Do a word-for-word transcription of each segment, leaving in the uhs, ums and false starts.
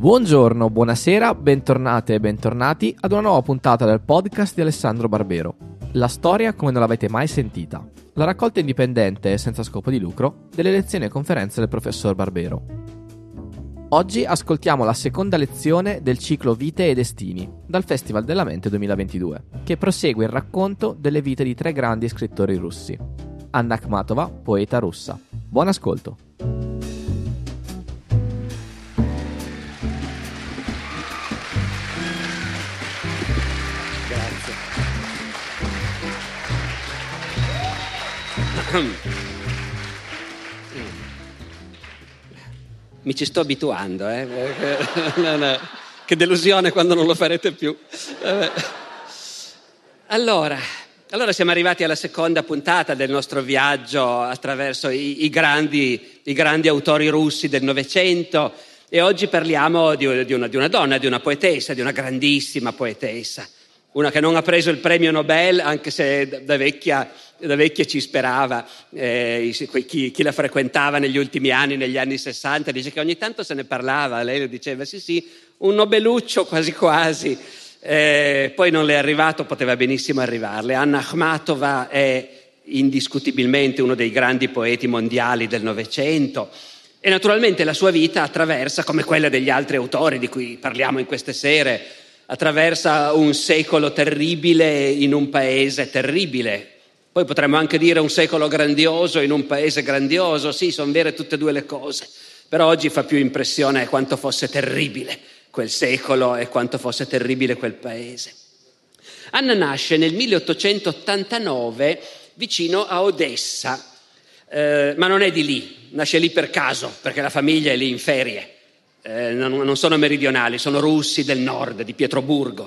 Buongiorno, buonasera, bentornate e bentornati ad una nuova puntata del podcast di Alessandro Barbero. La storia come non l'avete mai sentita. La raccolta indipendente e senza scopo di lucro delle lezioni e conferenze del professor Barbero. Oggi ascoltiamo la seconda lezione del ciclo Vite e Destini, dal Festival della Mente duemilaventidue, che prosegue il racconto delle vite di tre grandi scrittori russi. Anna Akhmatova, poeta russa. Buon ascolto. Mi ci sto abituando, eh? no, no. Che delusione quando non lo farete più. Allora, allora siamo arrivati alla seconda puntata del nostro viaggio attraverso i, i, grandi, i grandi autori russi del Novecento e oggi parliamo di, di, una, di una donna, di una poetessa, di una grandissima poetessa. Una che non ha preso il premio Nobel, anche se da vecchia, da vecchia ci sperava, eh, chi, chi la frequentava negli ultimi anni, negli anni sessanta, dice che ogni tanto se ne parlava, lei lo diceva, sì sì, un Nobeluccio quasi quasi, eh, poi non le è arrivato, poteva benissimo arrivarle. Anna Akhmatova è indiscutibilmente uno dei grandi poeti mondiali del Novecento e naturalmente la sua vita attraversa, come quella degli altri autori di cui parliamo in queste sere, attraversa un secolo terribile in un paese terribile. Poi potremmo anche dire un secolo grandioso in un paese grandioso. Sì, sono vere tutte e due le cose, però oggi fa più impressione quanto fosse terribile quel secolo e quanto fosse terribile quel paese. Anna nasce nel milleottocentottantanove vicino a Odessa, eh, ma non è di lì, nasce lì per caso, perché la famiglia è lì in ferie. Eh, non, non sono meridionali, sono russi del nord, di Pietroburgo.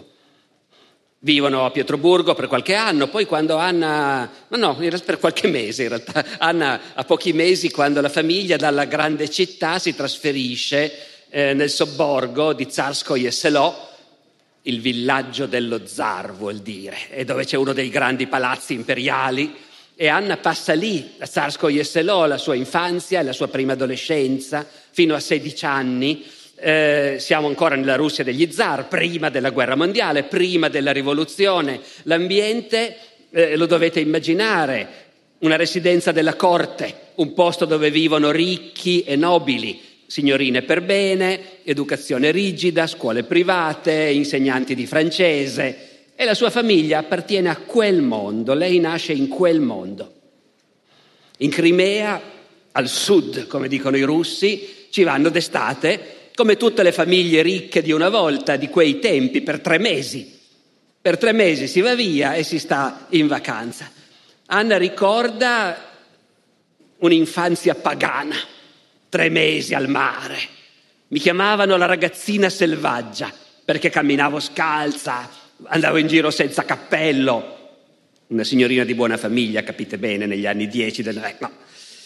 Vivono a Pietroburgo per qualche anno, poi quando Anna, no no, in realtà per qualche mese in realtà, Anna ha pochi mesi quando la famiglia dalla grande città si trasferisce eh, nel sobborgo di Tsarskoye Selo, il villaggio dello zar vuol dire, e dove c'è uno dei grandi palazzi imperiali, e Anna passa lì, a Tsarskoye Selo, la sua infanzia e la sua prima adolescenza, fino a sedici anni. Eh, siamo ancora nella Russia degli zar, prima della guerra mondiale, prima della rivoluzione. L'ambiente eh, lo dovete immaginare, una residenza della corte, un posto dove vivono ricchi e nobili, signorine per bene, educazione rigida, scuole private, insegnanti di francese, e la sua famiglia appartiene a quel mondo, lei nasce in quel mondo. In Crimea, al sud, come dicono i russi, ci vanno d'estate, come tutte le famiglie ricche di una volta, di quei tempi, per tre mesi. Per tre mesi si va via e si sta in vacanza. Anna ricorda un'infanzia pagana, tre mesi al mare. Mi chiamavano la ragazzina selvaggia perché camminavo scalza, andavo in giro senza cappello. Una signorina di buona famiglia, capite bene, negli anni dieci del... Eh, no.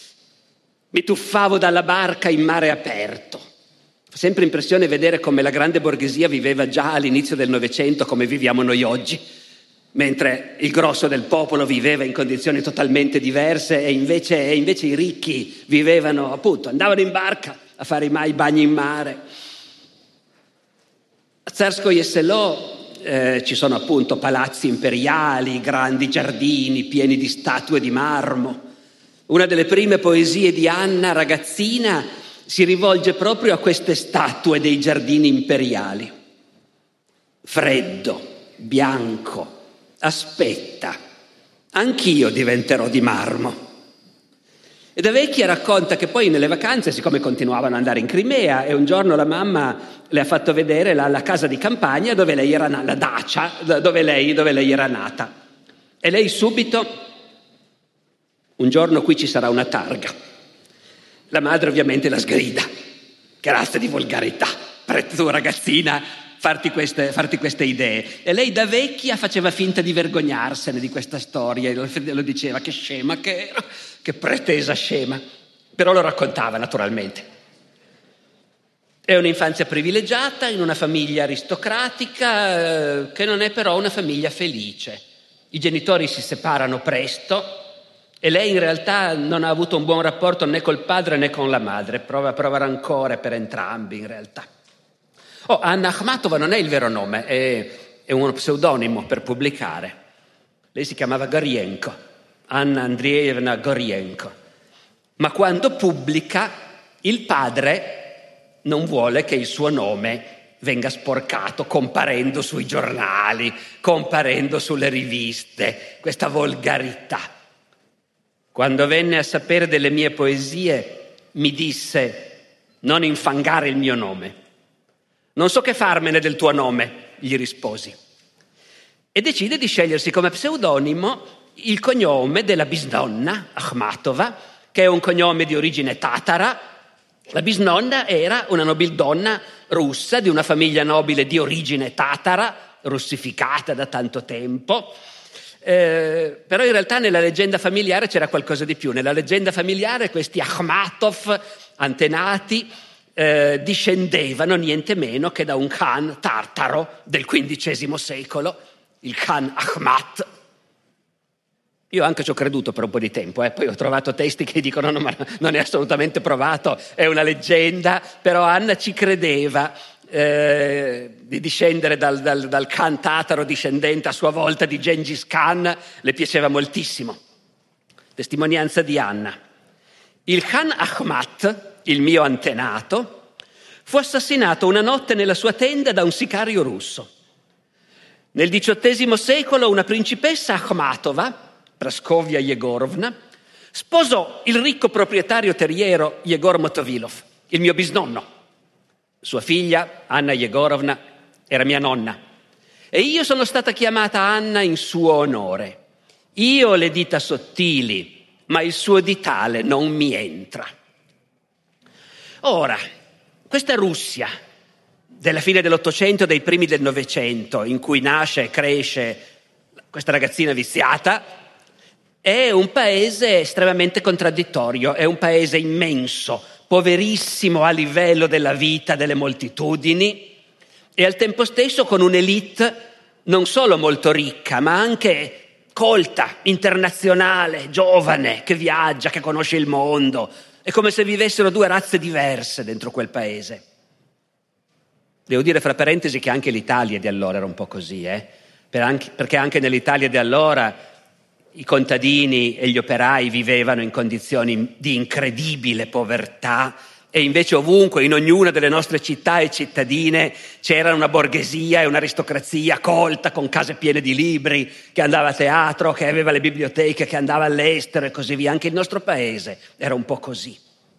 Mi tuffavo dalla barca in mare aperto. Fa sempre impressione vedere come la grande borghesia viveva già all'inizio del Novecento come viviamo noi oggi, mentre il grosso del popolo viveva in condizioni totalmente diverse e invece, e invece i ricchi vivevano, appunto, andavano in barca a fare i bagni in mare. A Tsarskoye Selo eh, ci sono appunto palazzi imperiali, grandi giardini pieni di statue di marmo. Una delle prime poesie di Anna, ragazzina, si rivolge proprio a queste statue dei giardini imperiali. Freddo, bianco, aspetta, anch'io diventerò di marmo. E da vecchia racconta che poi nelle vacanze, siccome continuavano ad andare in Crimea, e un giorno la mamma le ha fatto vedere la, la casa di campagna dove lei era nata, la dacia, dove lei, dove lei era nata. E lei subito, un giorno qui ci sarà una targa. La madre ovviamente la sgrida. Che razza di volgarità, per tu ragazzina farti queste, farti queste idee. E lei da vecchia faceva finta di vergognarsene di questa storia e lo, lo diceva, che scema che ero, che pretesa scema. Però lo raccontava naturalmente. È un'infanzia privilegiata in una famiglia aristocratica eh, che non è però una famiglia felice. I genitori si separano presto e lei in realtà non ha avuto un buon rapporto né col padre né con la madre, prova, prova rancore per entrambi in realtà. Oh, Anna Akhmatova non è il vero nome, è, è uno pseudonimo per pubblicare. Lei si chiamava Gorienko, Anna Andreevna Gorienko. Ma quando pubblica, il padre non vuole che il suo nome venga sporcato comparendo sui giornali, comparendo sulle riviste, questa volgarità. Quando venne a sapere delle mie poesie, mi disse: non infangare il mio nome. Non so che farmene del tuo nome, gli risposi. E decide di scegliersi come pseudonimo il cognome della bisnonna Akhmatova, che è un cognome di origine tatara. La bisnonna era una nobildonna russa di una famiglia nobile di origine tatara, russificata da tanto tempo. Eh, però in realtà nella leggenda familiare c'era qualcosa di più. Nella leggenda familiare questi Akhmatov, antenati, eh, discendevano niente meno che da un khan tartaro del quindicesimo secolo, il khan Akhmat. Io anche ci ho creduto per un po' di tempo, eh. Poi ho trovato testi che dicono no, ma non è assolutamente provato, è una leggenda, però Anna ci credeva eh, di discendere dal, dal, dal Khan tataro, discendente a sua volta di Gengis Khan, le piaceva moltissimo. Testimonianza di Anna. Il Khan Akhmat, il mio antenato, fu assassinato una notte nella sua tenda da un sicario russo. Nel diciottesimo secolo una principessa Akhmatova, Praskovia Yegorovna, sposò il ricco proprietario terriero Yegor Motovilov, il mio bisnonno. Sua figlia, Anna Yegorovna, era mia nonna. E io sono stata chiamata Anna in suo onore. Io ho le dita sottili, ma il suo ditale non mi entra. Ora, questa Russia della fine dell'Ottocento e dei primi del Novecento, in cui nasce e cresce questa ragazzina viziata, è un paese estremamente contraddittorio, è un paese immenso, poverissimo a livello della vita delle moltitudini e al tempo stesso con un'elite non solo molto ricca, ma anche colta, internazionale, giovane, che viaggia, che conosce il mondo. È come se vivessero due razze diverse dentro quel paese. Devo dire fra parentesi che anche l'Italia di allora era un po' così, eh? Perché anche nell'Italia di allora i contadini e gli operai vivevano in condizioni di incredibile povertà e invece ovunque, in ognuna delle nostre città e cittadine, c'era una borghesia e un'aristocrazia colta, con case piene di libri, che andava a teatro, che aveva le biblioteche, che andava all'estero e così via. Anche il nostro paese era un po' così.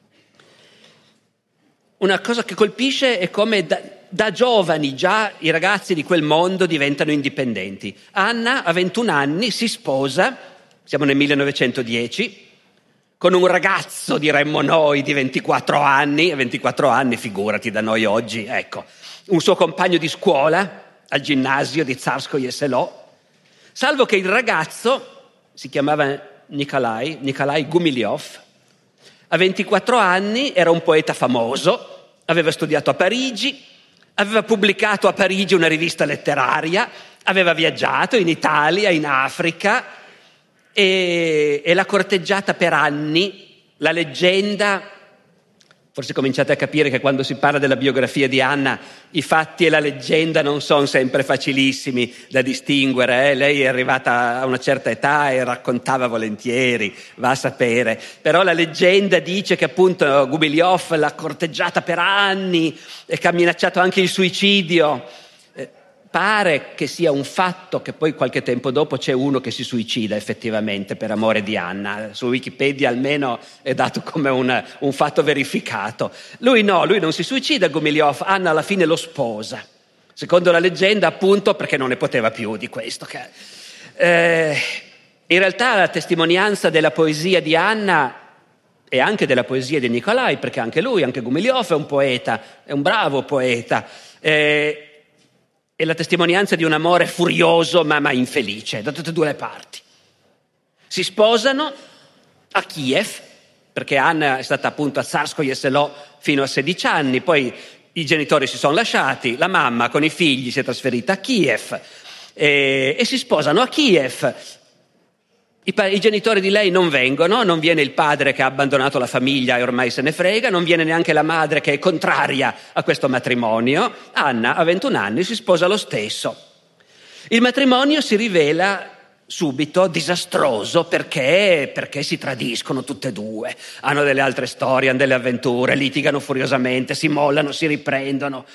Una cosa che colpisce è come da, da giovani già i ragazzi di quel mondo diventano indipendenti. Anna a ventuno anni si sposa, siamo nel millenovecentodieci, con un ragazzo, diremmo noi, di ventiquattro anni, e ventiquattro anni, figurati da noi oggi, ecco, un suo compagno di scuola al ginnasio di Tsarskoye Selo, salvo che il ragazzo si chiamava Nikolai, Nikolai Gumilyov, a ventiquattro anni era un poeta famoso, aveva studiato a Parigi, aveva pubblicato a Parigi una rivista letteraria, aveva viaggiato in Italia, in Africa e, e l'ha corteggiata per anni. La leggenda, forse cominciate a capire che quando si parla della biografia di Anna i fatti e la leggenda non sono sempre facilissimi da distinguere, eh? Lei è arrivata a una certa età e raccontava volentieri, va a sapere, però la leggenda dice che appunto Gumilyov l'ha corteggiata per anni e che ha minacciato anche il suicidio. Eh, pare che sia un fatto che poi qualche tempo dopo c'è uno che si suicida effettivamente per amore di Anna, su Wikipedia almeno è dato come un, un fatto verificato. Lui no, lui non si suicida, Gumilyov, Anna alla fine lo sposa, secondo la leggenda appunto perché non ne poteva più di questo. Che, eh, in realtà la testimonianza della poesia di Anna e anche della poesia di Nikolai, perché anche lui, anche Gumilyov è un poeta, è un bravo poeta, eh, è la testimonianza di un amore furioso ma, ma infelice da tutte e due le parti. Si sposano a Kiev, perché Anna è stata appunto a Tsarskoye Selo fino a sedici anni, poi i genitori si sono lasciati, la mamma con i figli si è trasferita a Kiev e, e si sposano a Kiev. I, pa- I genitori di lei non vengono, non viene il padre che ha abbandonato la famiglia e ormai se ne frega, non viene neanche la madre che è contraria a questo matrimonio. Anna, a ventuno anni, si sposa lo stesso. Il matrimonio si rivela subito disastroso perché, perché si tradiscono tutte e due, hanno delle altre storie, hanno delle avventure, litigano furiosamente, si mollano, si riprendono.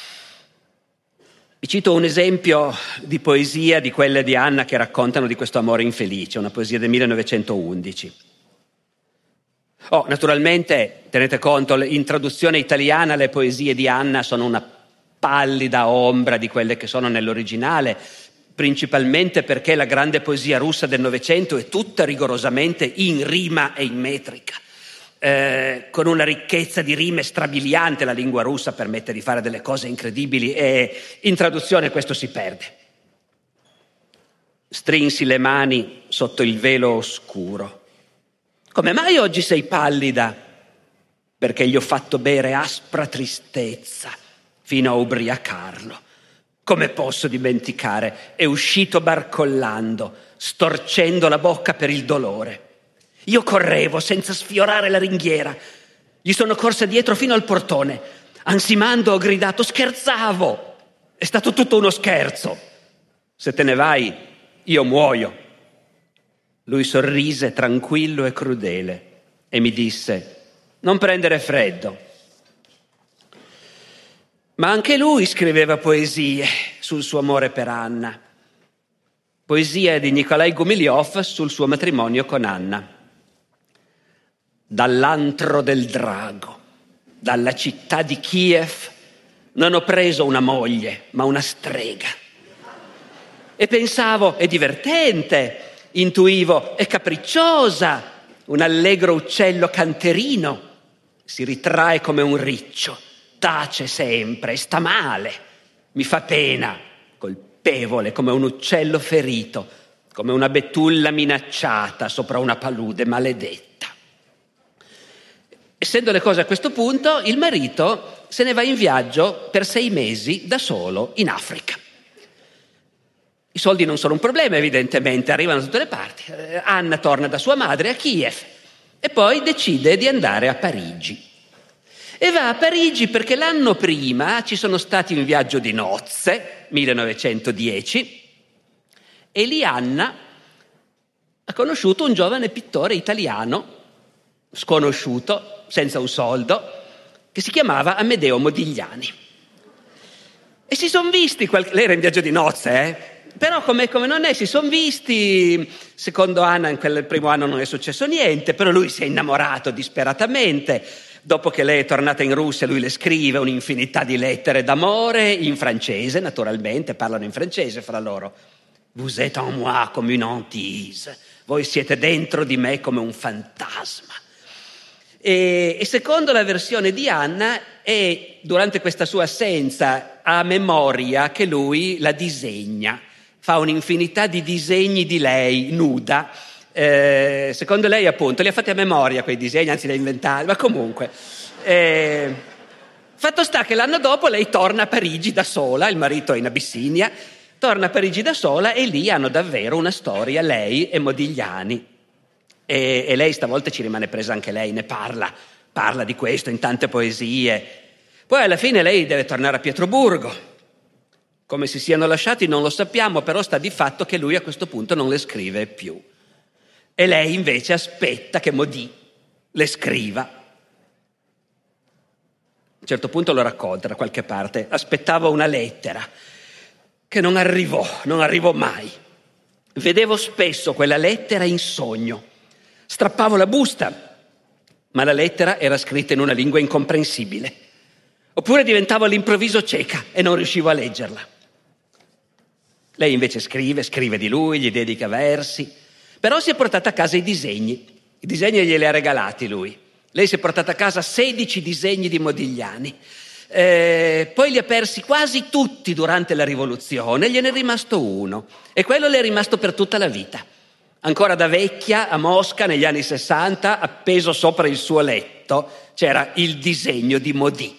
Vi cito un esempio di poesia di quelle di Anna che raccontano di questo amore infelice, una poesia del millenovecentoundici. Oh, naturalmente, tenete conto, in traduzione italiana le poesie di Anna sono una pallida ombra di quelle che sono nell'originale, principalmente perché la grande poesia russa del Novecento è tutta rigorosamente in rima e in metrica. Eh, con una ricchezza di rime strabiliante. La lingua russa permette di fare delle cose incredibili e in traduzione questo si perde. Strinsi le mani sotto il velo oscuro. Come mai oggi sei pallida? Perché gli ho fatto bere aspra tristezza fino a ubriacarlo. Come posso dimenticare? È uscito barcollando, storcendo la bocca per il dolore. Io correvo senza sfiorare la ringhiera. Gli sono corsa dietro fino al portone. Ansimando ho gridato: scherzavo! È stato tutto uno scherzo. Se te ne vai, io muoio. Lui sorrise tranquillo e crudele e mi disse: non prendere freddo. Ma anche lui scriveva poesie sul suo amore per Anna. Poesia di Nikolai Gumilyov sul suo matrimonio con Anna. Dall'antro del drago, dalla città di Kiev, non ho preso una moglie, ma una strega. E pensavo, è divertente, intuivo, è capricciosa, un allegro uccello canterino, si ritrae come un riccio, tace sempre, sta male, mi fa pena, colpevole come un uccello ferito, come una betulla minacciata sopra una palude maledetta. Essendo le cose a questo punto, il marito se ne va in viaggio per sei mesi da solo in Africa. I soldi non sono un problema, evidentemente, arrivano da tutte le parti. Anna torna da sua madre a Kiev e poi decide di andare a Parigi. E va a Parigi perché l'anno prima ci sono stati un viaggio di nozze, millenovecentodieci, e lì Anna ha conosciuto un giovane pittore italiano, sconosciuto, senza un soldo, che si chiamava Amedeo Modigliani. E si sono visti, qual... lei era in viaggio di nozze, eh? Però come, come non è, si sono visti, secondo Anna in quel primo anno non è successo niente, però lui si è innamorato disperatamente. Dopo che lei è tornata in Russia, lui le scrive un'infinità di lettere d'amore, in francese, naturalmente, parlano in francese fra loro. Vous êtes en moi comme une hantise. Voi siete dentro di me come un fantasma. E, e secondo la versione di Anna, è durante questa sua assenza a memoria che lui la disegna. Fa un'infinità di disegni di lei, nuda. Eh, secondo lei, appunto, li ha fatti a memoria quei disegni, anzi li ha inventati, ma comunque. Eh, fatto sta che l'anno dopo lei torna a Parigi da sola, il marito è in Abissinia, torna a Parigi da sola e lì hanno davvero una storia, lei e Modigliani. E, e lei stavolta ci rimane presa anche lei, ne parla, parla di questo in tante poesie. Poi alla fine lei deve tornare a Pietroburgo. Come si siano lasciati non lo sappiamo, però sta di fatto che lui a questo punto non le scrive più. E lei invece aspetta che Modi le scriva. A un certo punto lo racconta da qualche parte. Aspettavo una lettera che non arrivò, non arrivò mai. Vedevo spesso quella lettera in sogno. Strappavo la busta, ma la lettera era scritta in una lingua incomprensibile. Oppure diventavo all'improvviso cieca e non riuscivo a leggerla. Lei invece scrive, scrive di lui, gli dedica versi, però si è portata a casa i disegni. I disegni glieli ha regalati lui. Lei si è portata a casa sedici disegni di Modigliani. Eh, poi li ha persi quasi tutti durante la rivoluzione, gliene è rimasto uno. E quello le è rimasto per tutta la vita. Ancora da vecchia, a Mosca, negli anni sessanta, appeso sopra il suo letto, c'era il disegno di Modi.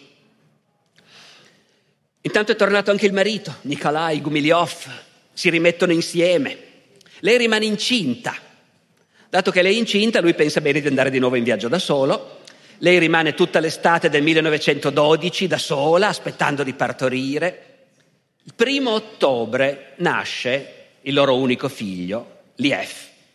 Intanto è tornato anche il marito, Nikolai Gumilyov. Si rimettono insieme. Lei rimane incinta Dato che lei è incinta, lui pensa bene di andare di nuovo in viaggio da solo. Lei rimane tutta l'estate del millenovecentododici da sola, aspettando di partorire. Il primo ottobre nasce il loro unico figlio, Liev.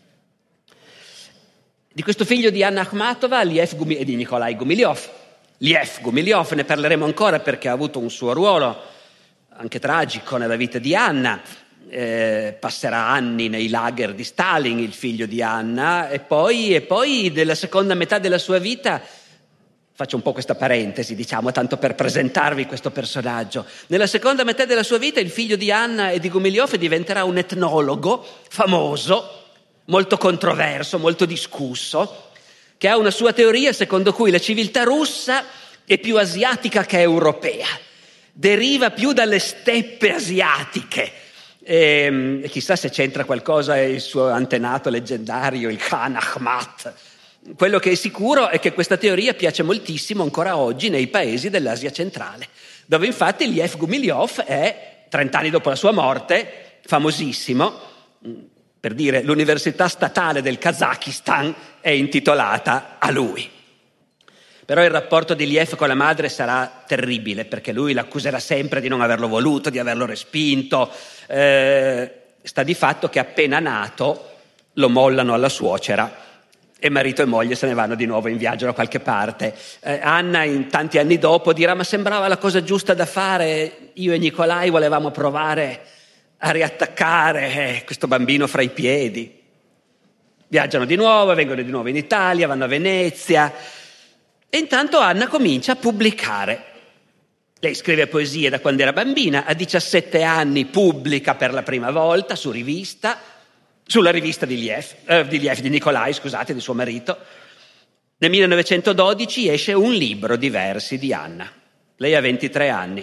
Di questo figlio di Anna Akhmatova Liev Gumi- e di Nikolai Gumilyov. Liev Gumilyov ne parleremo ancora perché ha avuto un suo ruolo anche tragico nella vita di Anna. Eh, passerà anni nei lager di Stalin, il figlio di Anna, e poi, e poi nella seconda metà della sua vita, faccio un po' questa parentesi, diciamo, tanto per presentarvi questo personaggio, nella seconda metà della sua vita il figlio di Anna e di Gumilyov diventerà un etnologo famoso, molto controverso, molto discusso, che ha una sua teoria secondo cui la civiltà russa è più asiatica che europea, deriva più dalle steppe asiatiche. E, e chissà se c'entra qualcosa il suo antenato leggendario, il Khan Ahmat. Quello che è sicuro è che questa teoria piace moltissimo ancora oggi nei paesi dell'Asia centrale, dove infatti Liev Gumilyov è, trent'anni dopo la sua morte, famosissimo. Per dire, l'università statale del Kazakistan è intitolata a lui. Però il rapporto di Liev con la madre sarà terribile, perché lui l'accuserà sempre di non averlo voluto, di averlo respinto. Eh, sta di fatto che appena nato lo mollano alla suocera e marito e moglie se ne vanno di nuovo in viaggio da qualche parte. Eh, Anna, in tanti anni dopo, dirà: ma sembrava la cosa giusta da fare, io e Nikolai volevamo provare a riattaccare eh, questo bambino fra i piedi. Viaggiano di nuovo, vengono di nuovo in Italia, vanno a Venezia. E intanto Anna comincia a pubblicare. Lei scrive poesie da quando era bambina, a diciassette anni pubblica per la prima volta su rivista, sulla rivista di Liev, eh, di Liev, di Nikolai, scusate, di suo marito. Nel millenovecentododici esce un libro di versi di Anna. Lei ha ventitré anni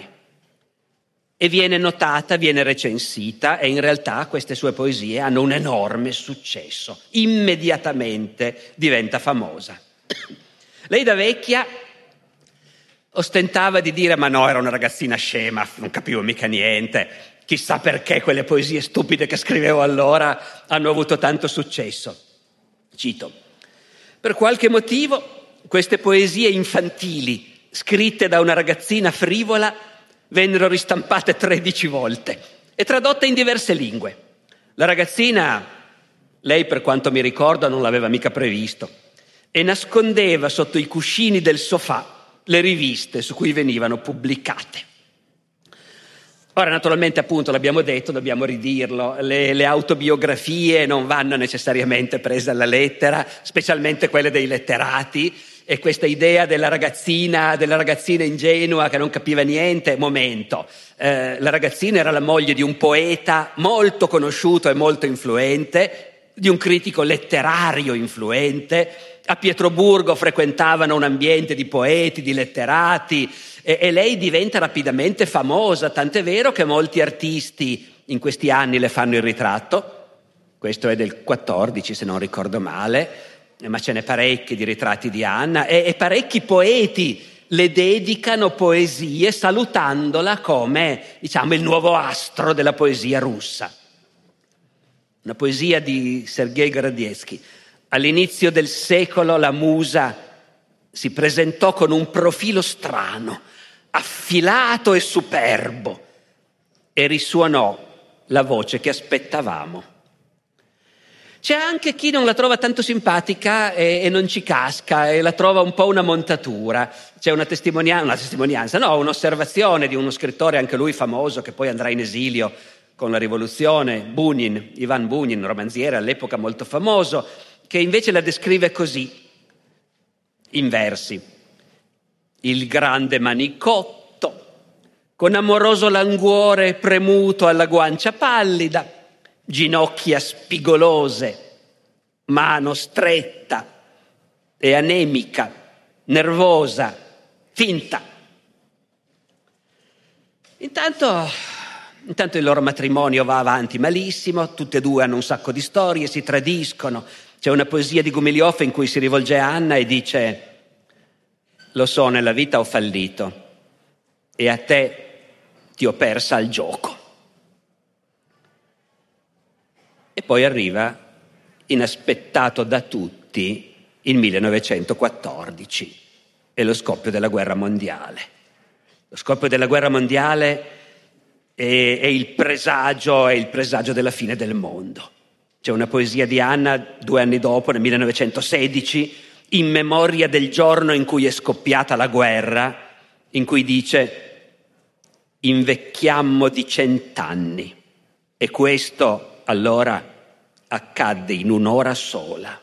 e viene notata, viene recensita, e in realtà queste sue poesie hanno un enorme successo. Immediatamente diventa famosa. Lei da vecchia ostentava di dire: ma no, era una ragazzina scema, non capivo mica niente, chissà perché quelle poesie stupide che scrivevo allora hanno avuto tanto successo. Cito: per qualche motivo queste poesie infantili, scritte da una ragazzina frivola, vennero ristampate tredici volte e tradotte in diverse lingue. La ragazzina, lei per quanto mi ricordo, non l'aveva mica previsto, e nascondeva sotto i cuscini del sofà le riviste su cui venivano pubblicate. Ora, naturalmente, appunto, l'abbiamo detto, dobbiamo ridirlo, le, le autobiografie non vanno necessariamente prese alla lettera, specialmente quelle dei letterati, e questa idea della ragazzina, della ragazzina ingenua che non capiva niente, momento, eh, la ragazzina era la moglie di un poeta molto conosciuto e molto influente, di un critico letterario influente. A Pietroburgo frequentavano un ambiente di poeti, di letterati, e, e lei diventa rapidamente famosa, tant'è vero che molti artisti in questi anni le fanno il ritratto. Questo è del quattordici, se non ricordo male, ma ce n'è parecchi di ritratti di Anna, e, e parecchi poeti le dedicano poesie salutandola come, diciamo, il nuovo astro della poesia russa. Una poesia di Sergei Gorodetzky. All'inizio del secolo la musa si presentò con un profilo strano, affilato e superbo, e risuonò la voce che aspettavamo. C'è anche chi non la trova tanto simpatica e, e non ci casca e la trova un po' una montatura. C'è una testimonianza, una testimonianza, no, un'osservazione di uno scrittore, anche lui famoso, che poi andrà in esilio con la rivoluzione, Bunin, Ivan Bunin, romanziere all'epoca molto famoso, che invece la descrive così, in versi: il grande manicotto, con amoroso languore premuto alla guancia pallida, ginocchia spigolose, mano stretta e anemica, nervosa, finta. Intanto, intanto il loro matrimonio va avanti malissimo, tutte e due hanno un sacco di storie, si tradiscono. C'è una poesia di Gumilyov in cui si rivolge a Anna e dice: lo so, nella vita ho fallito e a te ti ho persa al gioco. E poi arriva inaspettato da tutti, il millenovecentoquattordici e lo scoppio della guerra mondiale. Lo scoppio della guerra mondiale è, è il presagio, è il presagio della fine del mondo. C'è una poesia di Anna due anni dopo, nel millenovecentosedici, in memoria del giorno in cui è scoppiata la guerra, in cui dice: invecchiammo di cent'anni e questo allora accadde in un'ora sola.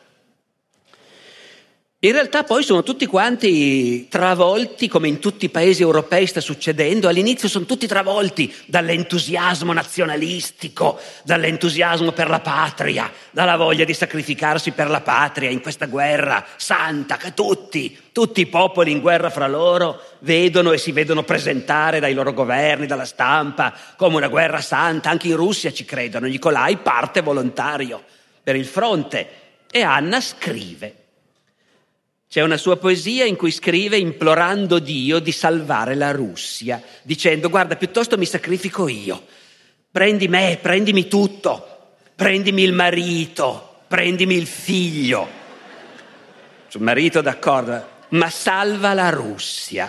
In realtà poi sono tutti quanti travolti, come in tutti i paesi europei sta succedendo. All'inizio sono tutti travolti dall'entusiasmo nazionalistico, dall'entusiasmo per la patria, dalla voglia di sacrificarsi per la patria in questa guerra santa che tutti, tutti i popoli in guerra fra loro vedono e si vedono presentare dai loro governi, dalla stampa, come una guerra santa. Anche in Russia ci credono. Nicolai parte volontario per il fronte e Anna scrive. C'è una sua poesia in cui scrive implorando Dio di salvare la Russia, dicendo: guarda, piuttosto mi sacrifico io, prendi me, prendimi tutto, prendimi il marito, prendimi il figlio. Sul marito d'accordo, ma salva la Russia.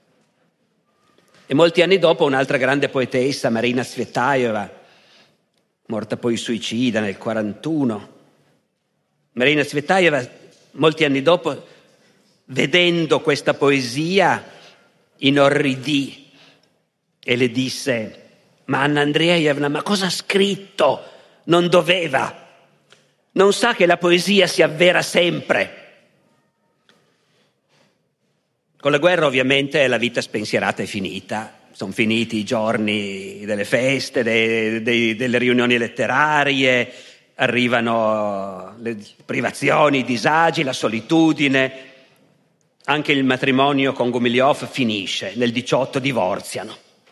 E molti anni dopo un'altra grande poetessa, Marina Tsvetaeva, morta poi suicida nel quarantuno, Marina Tsvetaeva molti anni dopo, vedendo questa poesia, inorridì e le disse: ma Anna Andreevna, ma cosa ha scritto? Non doveva. Non sa che la poesia si avvera sempre. Con la guerra ovviamente la vita spensierata è finita. Sono finiti i giorni delle feste, dei, dei, delle riunioni letterarie, arrivano le privazioni, i disagi, la solitudine. Anche il matrimonio con Gumilyov finisce, nel diciotto divorziano.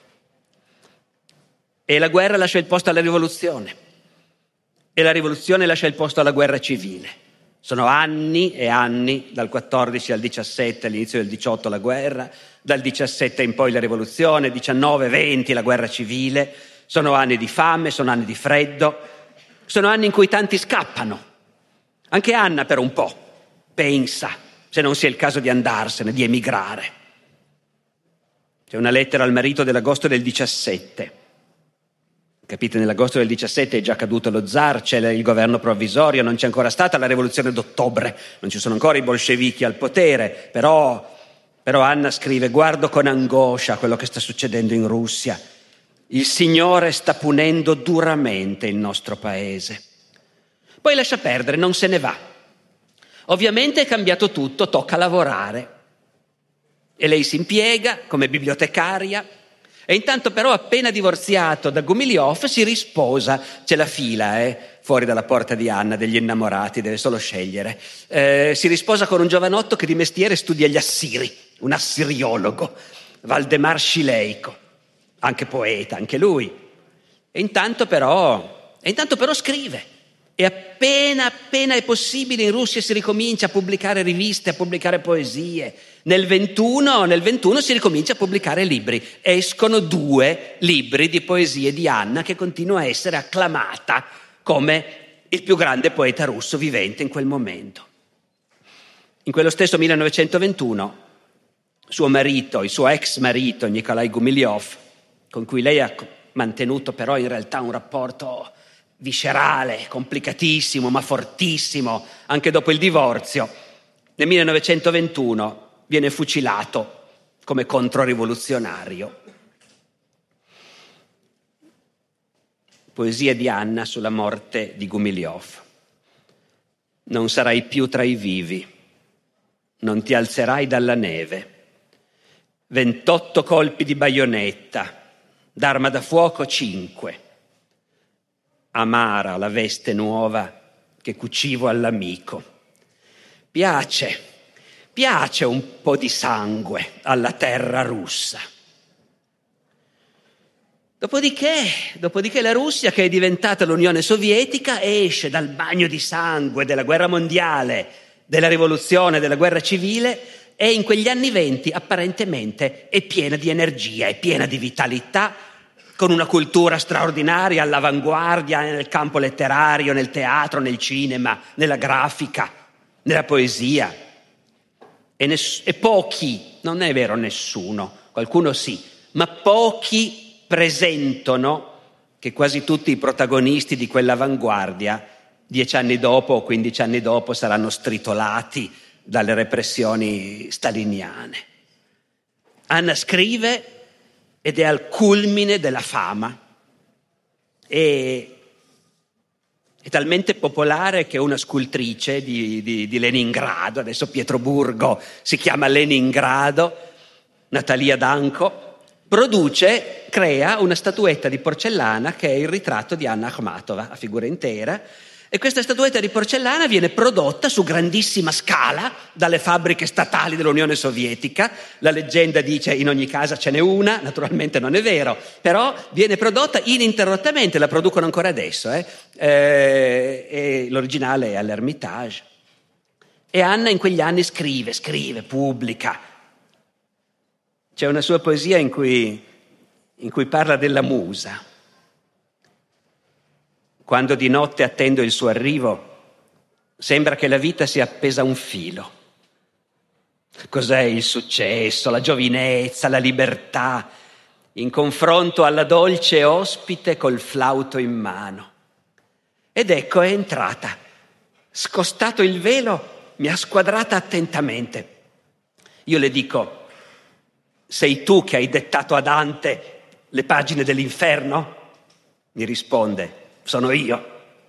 E la guerra lascia il posto alla rivoluzione. E la rivoluzione lascia il posto alla guerra civile. Sono anni e anni, dal quattordici al diciassette, all'inizio del diciotto la guerra, dal diciassette in poi la rivoluzione, diciannove venti la guerra civile. Sono anni di fame, sono anni di freddo, sono anni in cui tanti scappano. Anche Anna per un po' pensa se non sia il caso di andarsene, di emigrare. C'è una lettera al marito dell'agosto del diciassette. Capite, nell'agosto del diciassette è già caduto lo zar, c'è il governo provvisorio, non c'è ancora stata la rivoluzione d'ottobre, non ci sono ancora i bolscevichi al potere, però, però Anna scrive: guardo con angoscia quello che sta succedendo in Russia. Il Signore sta punendo duramente il nostro paese. Poi lascia perdere, non se ne va. Ovviamente è cambiato tutto, tocca lavorare. E lei si impiega come bibliotecaria e intanto però, appena divorziato da Gumilyov, si risposa. C'è la fila, eh, fuori dalla porta di Anna, degli innamorati, deve solo scegliere. Eh, si risposa con un giovanotto che di mestiere studia gli assiri, un assiriologo, Valdemar Shileiko, anche poeta, anche lui. E intanto però, e intanto però scrive. E appena appena è possibile in Russia si ricomincia a pubblicare riviste, a pubblicare poesie. Nel ventuno, nel ventuno si ricomincia a pubblicare libri. Escono due libri di poesie di Anna, che continua a essere acclamata come il più grande poeta russo vivente in quel momento. In quello stesso millenovecentoventuno suo marito, il suo ex marito Nikolai Gumilyov, con cui lei ha mantenuto però in realtà un rapporto viscerale, complicatissimo, ma fortissimo, anche dopo il divorzio, nel millenovecentoventuno viene fucilato come controrivoluzionario. Poesia di Anna sulla morte di Gumilyov. Non sarai più tra i vivi, non ti alzerai dalla neve. Ventotto colpi di baionetta, d'arma da fuoco cinque. Amara la veste nuova che cucivo all'amico. Piace, piace un po' di sangue alla terra russa. Dopodiché, dopodiché la Russia, che è diventata l'Unione Sovietica, esce dal bagno di sangue della guerra mondiale, della rivoluzione, della guerra civile, e in quegli anni venti apparentemente è piena di energia, è piena di vitalità, con una cultura straordinaria, all'avanguardia nel campo letterario, nel teatro, nel cinema, nella grafica, nella poesia. E, ness- e pochi, non è vero nessuno, qualcuno sì, ma pochi presentano che quasi tutti i protagonisti di quell'avanguardia dieci anni dopo o quindici anni dopo saranno stritolati dalle repressioni staliniane. Anna scrive ed è al culmine della fama. E è talmente popolare che una scultrice di, di, di Leningrado, adesso Pietroburgo si chiama Leningrado, Natalia Danko, produce, crea una statuetta di porcellana che è il ritratto di Anna Akhmatova a figura intera. E questa statuetta di porcellana viene prodotta su grandissima scala dalle fabbriche statali dell'Unione Sovietica. La leggenda dice in ogni casa ce n'è una, naturalmente non è vero, però viene prodotta ininterrottamente, la producono ancora adesso. Eh? Eh, e l'originale è all'Ermitage. E Anna in quegli anni scrive, scrive, pubblica. C'è una sua poesia in cui, in cui parla della musa. Quando di notte attendo il suo arrivo, sembra che la vita sia appesa a un filo. Cos'è il successo, la giovinezza, la libertà, in confronto alla dolce ospite col flauto in mano? Ed ecco è entrata, scostato il velo, mi ha squadrata attentamente. Io le dico: sei tu che hai dettato a Dante le pagine dell'inferno? Mi risponde: sono io.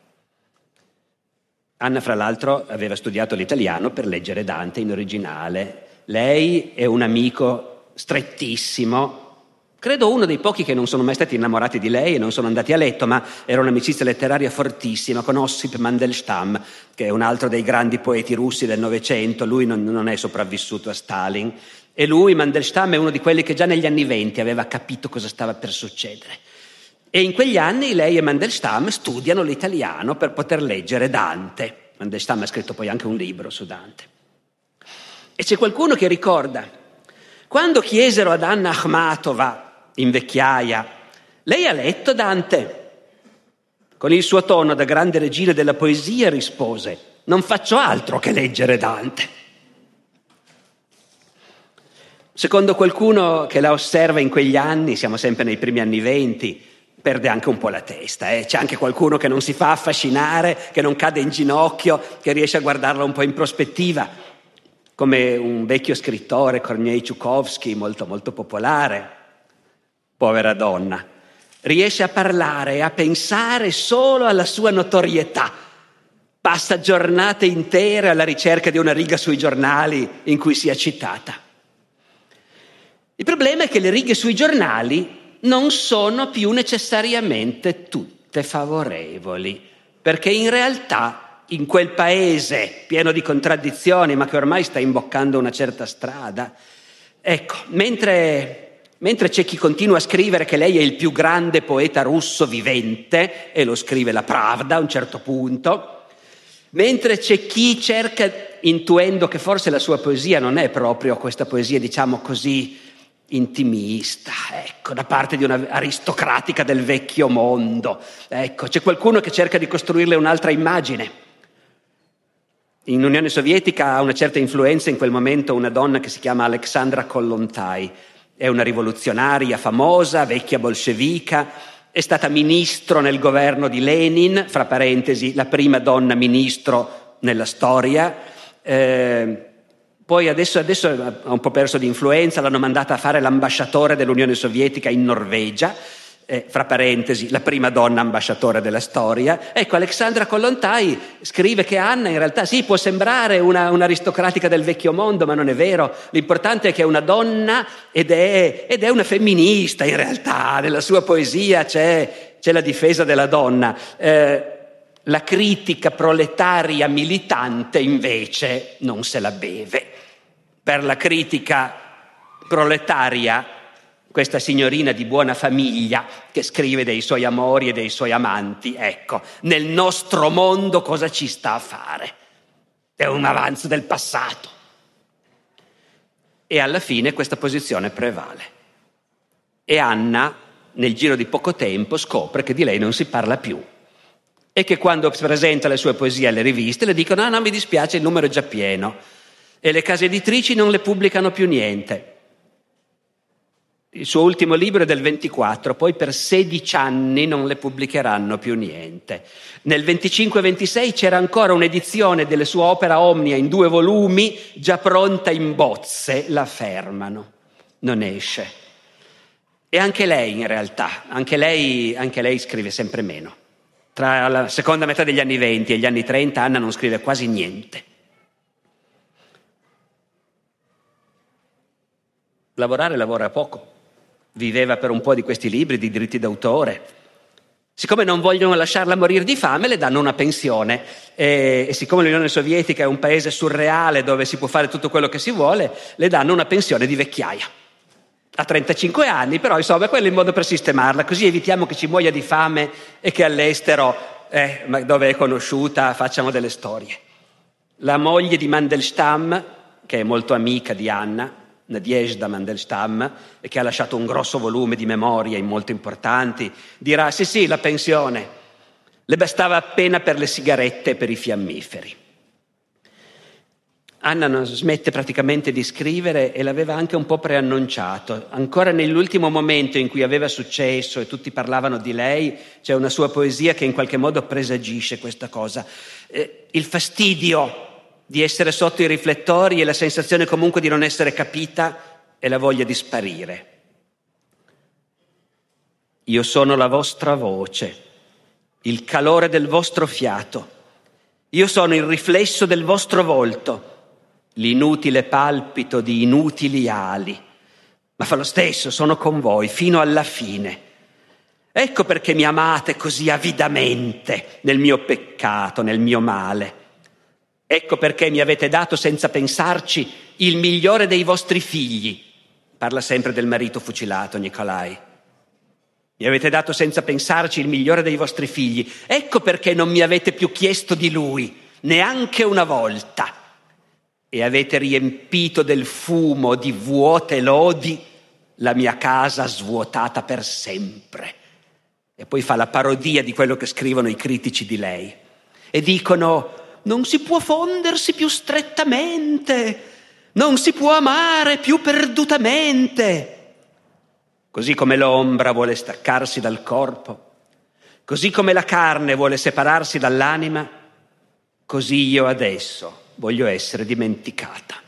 Anna, fra l'altro, aveva studiato l'italiano per leggere Dante in originale. Lei è un amico strettissimo, credo uno dei pochi che non sono mai stati innamorati di lei e non sono andati a letto, ma era un'amicizia letteraria fortissima con Ossip Mandelstam, che è un altro dei grandi poeti russi del Novecento. Lui non, non è sopravvissuto a Stalin. E lui, Mandelstam, è uno di quelli che già negli anni venti aveva capito cosa stava per succedere. E in quegli anni lei e Mandelstam studiano l'italiano per poter leggere Dante. Mandelstam ha scritto poi anche un libro su Dante. E c'è qualcuno che ricorda, quando chiesero ad Anna Akhmatova, in vecchiaia, lei ha letto Dante? Con il suo tono da grande regina della poesia rispose: non faccio altro che leggere Dante. Secondo qualcuno che la osserva in quegli anni, siamo sempre nei primi anni venti, perde anche un po' la testa. Eh? C'è anche qualcuno che non si fa affascinare, che non cade in ginocchio, che riesce a guardarla un po' in prospettiva, come un vecchio scrittore, Kornei Ciukovsky, molto molto popolare. Povera donna, riesce a parlare e a pensare solo alla sua notorietà. Passa giornate intere alla ricerca di una riga sui giornali in cui sia citata. Il problema è che le righe sui giornali non sono più necessariamente tutte favorevoli, perché in realtà in quel paese pieno di contraddizioni, ma che ormai sta imboccando una certa strada, ecco, mentre, mentre c'è chi continua a scrivere che lei è il più grande poeta russo vivente, e lo scrive la Pravda a un certo punto, mentre c'è chi cerca, intuendo che forse la sua poesia non è proprio questa poesia, diciamo così, intimista, ecco, da parte di una aristocratica del vecchio mondo. Ecco, c'è qualcuno che cerca di costruirle un'altra immagine. In Unione Sovietica ha una certa influenza in quel momento una donna che si chiama Alexandra Kollontai. È una rivoluzionaria famosa, vecchia bolscevica, è stata ministro nel governo di Lenin, fra parentesi, la prima donna ministro nella storia. Eh, Poi adesso, adesso ha un po' perso di influenza, l'hanno mandata a fare l'ambasciatore dell'Unione Sovietica in Norvegia, eh, fra parentesi, la prima donna ambasciatore della storia. Ecco, Alexandra Kollontai scrive che Anna in realtà sì, può sembrare una, un'aristocratica del vecchio mondo, ma non è vero. L'importante è che è una donna ed è, ed è una femminista in realtà. Nella sua poesia c'è, c'è la difesa della donna. Eh, La critica proletaria militante invece non se la beve. Per la critica proletaria, questa signorina di buona famiglia che scrive dei suoi amori e dei suoi amanti, ecco, nel nostro mondo cosa ci sta a fare? È un avanzo del passato. E alla fine questa posizione prevale. E Anna nel giro di poco tempo scopre che di lei non si parla più e che quando presenta le sue poesie alle riviste le dicono ah no, mi dispiace, il numero è già pieno, e le case editrici non le pubblicano più niente. Il suo ultimo libro è del ventiquattro, poi per sedici anni non le pubblicheranno più niente. Nel venticinque ventisei c'era ancora un'edizione delle sue opera Omnia in due volumi, già pronta in bozze, la fermano, non esce. E anche lei in realtà, anche lei, anche lei scrive sempre meno. Tra la seconda metà degli anni venti e gli anni trenta Anna non scrive quasi niente. Lavorare lavora poco. Viveva per un po' di questi libri di diritti d'autore. Siccome non vogliono lasciarla morire di fame, le danno una pensione. E, e siccome l'Unione Sovietica è un paese surreale dove si può fare tutto quello che si vuole, le danno una pensione di vecchiaia. Ha trentacinque anni, però insomma, quello è il modo per sistemarla, così evitiamo che ci muoia di fame e che all'estero, eh, dove è conosciuta, facciano delle storie. La moglie di Mandelstam, che è molto amica di Anna, Nadezhda Mandelstam, e che ha lasciato un grosso volume di memorie molto importanti, dirà sì sì, la pensione le bastava appena per le sigarette e per i fiammiferi. Anna non smette praticamente di scrivere e l'aveva anche un po' preannunciato. Ancora nell'ultimo momento in cui aveva successo e tutti parlavano di lei, c'è una sua poesia che in qualche modo presagisce questa cosa. Eh, il fastidio di essere sotto i riflettori e la sensazione comunque di non essere capita e la voglia di sparire. Io sono la vostra voce, il calore del vostro fiato. Io sono il riflesso del vostro volto, l'inutile palpito di inutili ali. Ma fa lo stesso, sono con voi fino alla fine. Ecco perché mi amate così avidamente nel mio peccato, nel mio male. Ecco perché mi avete dato senza pensarci il migliore dei vostri figli. Parla sempre del marito fucilato, Nikolai. Mi avete dato senza pensarci il migliore dei vostri figli. Ecco perché non mi avete più chiesto di lui, neanche una volta. E avete riempito del fumo di vuote lodi la mia casa svuotata per sempre. E poi fa la parodia di quello che scrivono i critici di lei. E dicono: non si può fondersi più strettamente, non si può amare più perdutamente. Così come l'ombra vuole staccarsi dal corpo, così come la carne vuole separarsi dall'anima, così io adesso voglio essere dimenticata.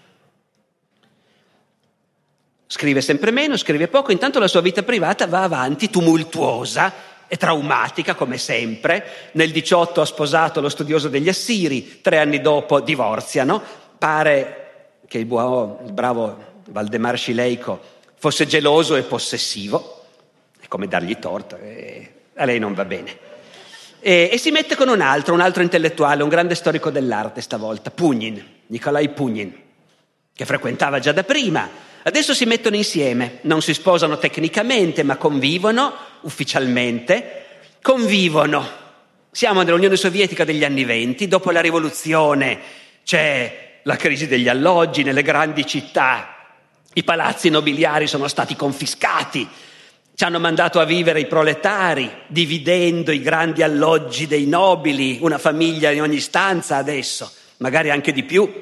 Scrive sempre meno, scrive poco, intanto la sua vita privata va avanti tumultuosa e traumatica come sempre. Nel diciotto ha sposato lo studioso degli Assiri, tre anni dopo divorziano. Pare che il, buono, il bravo Valdemar Scileico fosse geloso e possessivo, è come dargli torto, e a lei non va bene. E, e si mette con un altro, un altro intellettuale, un grande storico dell'arte stavolta, Punin, Nikolai Punin, che frequentava già da prima. Adesso si mettono insieme, non si sposano tecnicamente, ma convivono ufficialmente, convivono. Siamo nell'Unione Sovietica degli anni venti, dopo la rivoluzione c'è la crisi degli alloggi nelle grandi città, i palazzi nobiliari sono stati confiscati, ci hanno mandato a vivere i proletari, dividendo i grandi alloggi dei nobili, una famiglia in ogni stanza adesso, magari anche di più.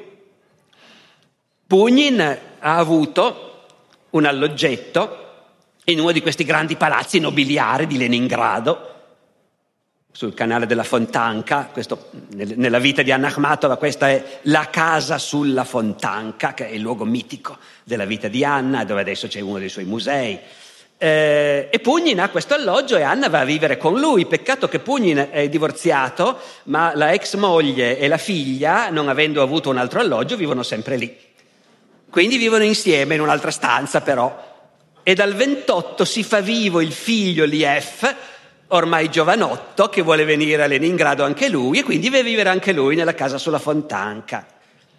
Punin ha avuto un alloggetto in uno di questi grandi palazzi nobiliari di Leningrado, sul canale della Fontanka. Questo, nella vita di Anna Akhmatova, questa è la casa sulla Fontanka, che è il luogo mitico della vita di Anna, dove adesso c'è uno dei suoi musei. Eh, e Punin ha questo alloggio e Anna va a vivere con lui. Peccato che Punin è divorziato, ma la ex moglie e la figlia, non avendo avuto un altro alloggio, vivono sempre lì. Quindi vivono insieme in un'altra stanza però. E dal ventotto si fa vivo il figlio Liev, ormai giovanotto, che vuole venire a Leningrado anche lui, e quindi deve vivere anche lui nella casa sulla Fontanka.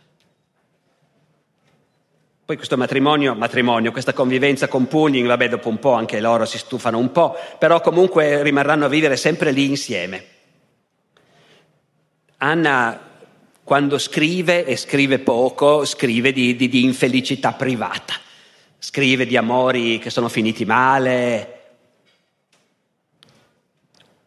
Poi questo matrimonio, matrimonio, questa convivenza con Punin, vabbè, dopo un po' anche loro si stufano un po', però comunque rimarranno a vivere sempre lì insieme. Anna, quando scrive, e scrive poco, scrive di, di, di infelicità privata. Scrive di amori che sono finiti male,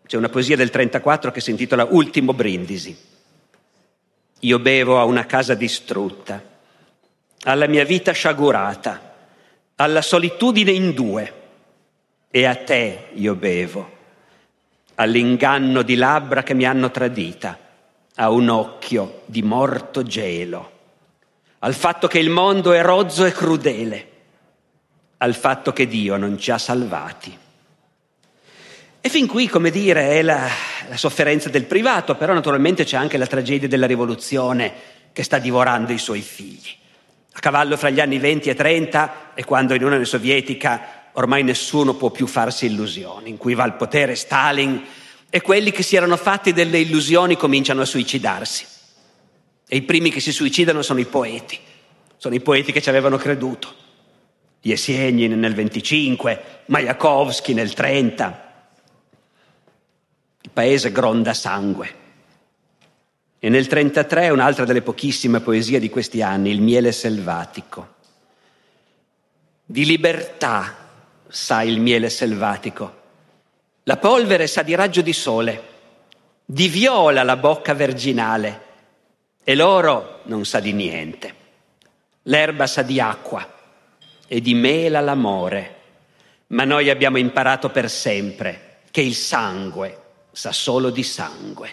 C'è una poesia del trentaquattro che si intitola Ultimo brindisi. Io bevo a una casa distrutta, alla mia vita sciagurata, alla solitudine in due, e a te io bevo, all'inganno di labbra che mi hanno tradita, a un occhio di morto gelo, al fatto che il mondo è rozzo e crudele, al fatto che Dio non ci ha salvati. E fin qui, come dire, è la, la sofferenza del privato, però naturalmente c'è anche la tragedia della rivoluzione che sta divorando i suoi figli. A cavallo fra gli anni venti e trenta e quando in Unione Sovietica ormai nessuno può più farsi illusioni, in cui va al potere Stalin e quelli che si erano fatti delle illusioni cominciano a suicidarsi. E i primi che si suicidano sono i poeti, sono i poeti che ci avevano creduto. Jeseniin nel venticinque, Majakovskij nel trenta. Il paese gronda sangue. E nel trentatré un'altra delle pochissime poesie di questi anni, Il miele selvatico. Di libertà sa il miele selvatico. La polvere sa di raggio di sole, di viola la bocca verginale, e l'oro non sa di niente. L'erba sa di acqua e di mela l'amore, ma noi abbiamo imparato per sempre che il sangue sa solo di sangue.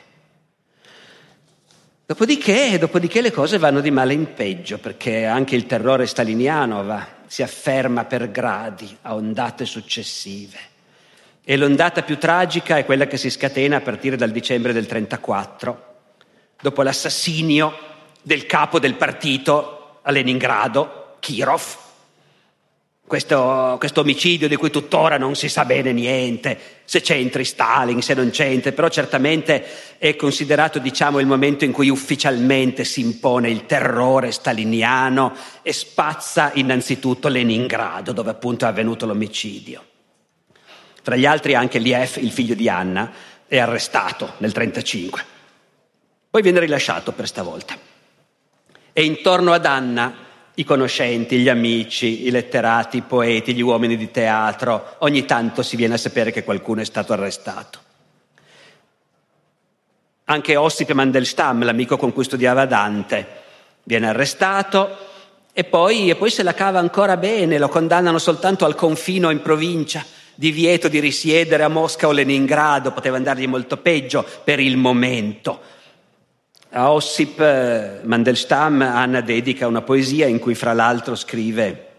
Dopodiché, dopodiché le cose vanno di male in peggio, perché anche il terrore staliniano va, si afferma per gradi a ondate successive. E l'ondata più tragica è quella che si scatena a partire dal dicembre del trentaquattro, dopo l'assassinio del capo del partito a Leningrado, Kirov. Questo, questo omicidio di cui tuttora non si sa bene niente, se c'entri Stalin, se non c'entri, però certamente è considerato, diciamo, il momento in cui ufficialmente si impone il terrore staliniano e spazza innanzitutto Leningrado, dove appunto è avvenuto l'omicidio. Tra gli altri anche Liev, il figlio di Anna, è arrestato nel trentacinque. Poi viene rilasciato per stavolta. E intorno ad Anna i conoscenti, gli amici, i letterati, i poeti, gli uomini di teatro, ogni tanto si viene a sapere che qualcuno è stato arrestato. Anche Ossip Mandelstam, l'amico con cui studiava Dante, viene arrestato e poi, e poi se la cava ancora bene, lo condannano soltanto al confino in provincia, divieto di risiedere a Mosca o Leningrado, poteva andargli molto peggio per il momento. A Ossip Mandelstam Anna dedica una poesia in cui fra l'altro scrive: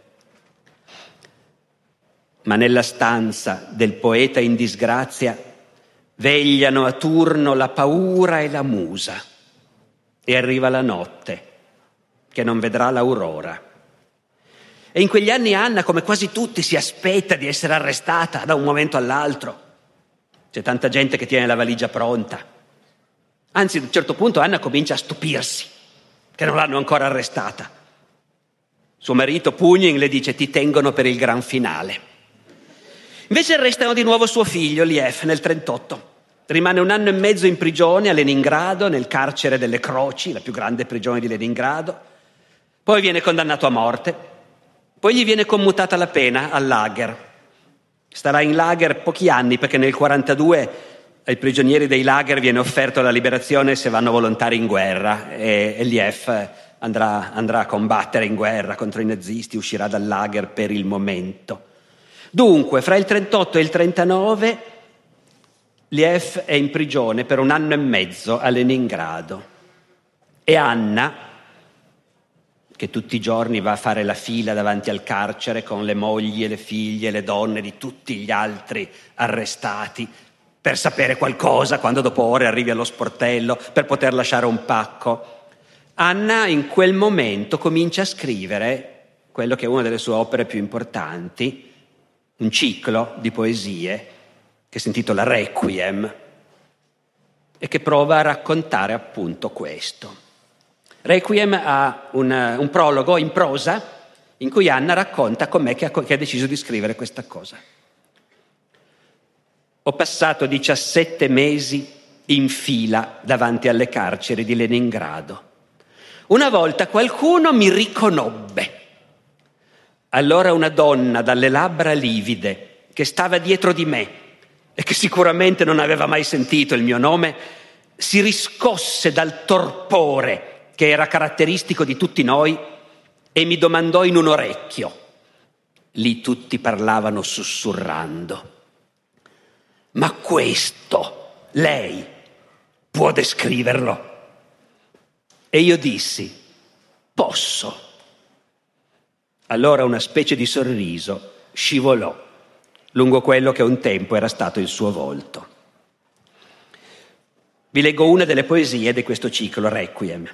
ma nella stanza del poeta in disgrazia vegliano a turno la paura e la musa, e arriva la notte che non vedrà l'aurora. E in quegli anni Anna, come quasi tutti, si aspetta di essere arrestata da un momento all'altro. C'è tanta gente che tiene la valigia pronta. Anzi, ad un certo punto Anna comincia a stupirsi che non l'hanno ancora arrestata. Suo marito Pugnin le dice: ti tengono per il gran finale. Invece arrestano di nuovo suo figlio Liev nel trentotto. Rimane un anno e mezzo in prigione a Leningrado, nel carcere delle Croci, la più grande prigione di Leningrado. Poi viene condannato a morte. Poi gli viene commutata la pena al lager. Starà in lager pochi anni, perché nel quarantadue ai prigionieri dei lager viene offerto la liberazione se vanno volontari in guerra, e, e Liev andrà, andrà a combattere in guerra contro i nazisti, uscirà dal lager per il momento. Dunque, fra il trentotto e il trentanove Liev è in prigione per un anno e mezzo a Leningrado, e Anna, che tutti i giorni va a fare la fila davanti al carcere con le mogli e le figlie e le donne di tutti gli altri arrestati, per sapere qualcosa quando dopo ore arrivi allo sportello, per poter lasciare un pacco. Anna in quel momento comincia a scrivere quello che è una delle sue opere più importanti, un ciclo di poesie che si intitola Requiem e che prova a raccontare appunto questo. Requiem ha un, un prologo in prosa in cui Anna racconta com'è che ha, che ha deciso di scrivere questa cosa. Ho passato diciassette mesi in fila davanti alle carceri di Leningrado. Una volta qualcuno mi riconobbe. Allora una donna dalle labbra livide che stava dietro di me e che sicuramente non aveva mai sentito il mio nome, si riscosse dal torpore che era caratteristico di tutti noi e mi domandò in un orecchio. Lì tutti parlavano sussurrando. Ma questo, lei, può descriverlo? E io dissi, posso. Allora una specie di sorriso scivolò lungo quello che un tempo era stato il suo volto. Vi leggo una delle poesie di questo ciclo, Requiem.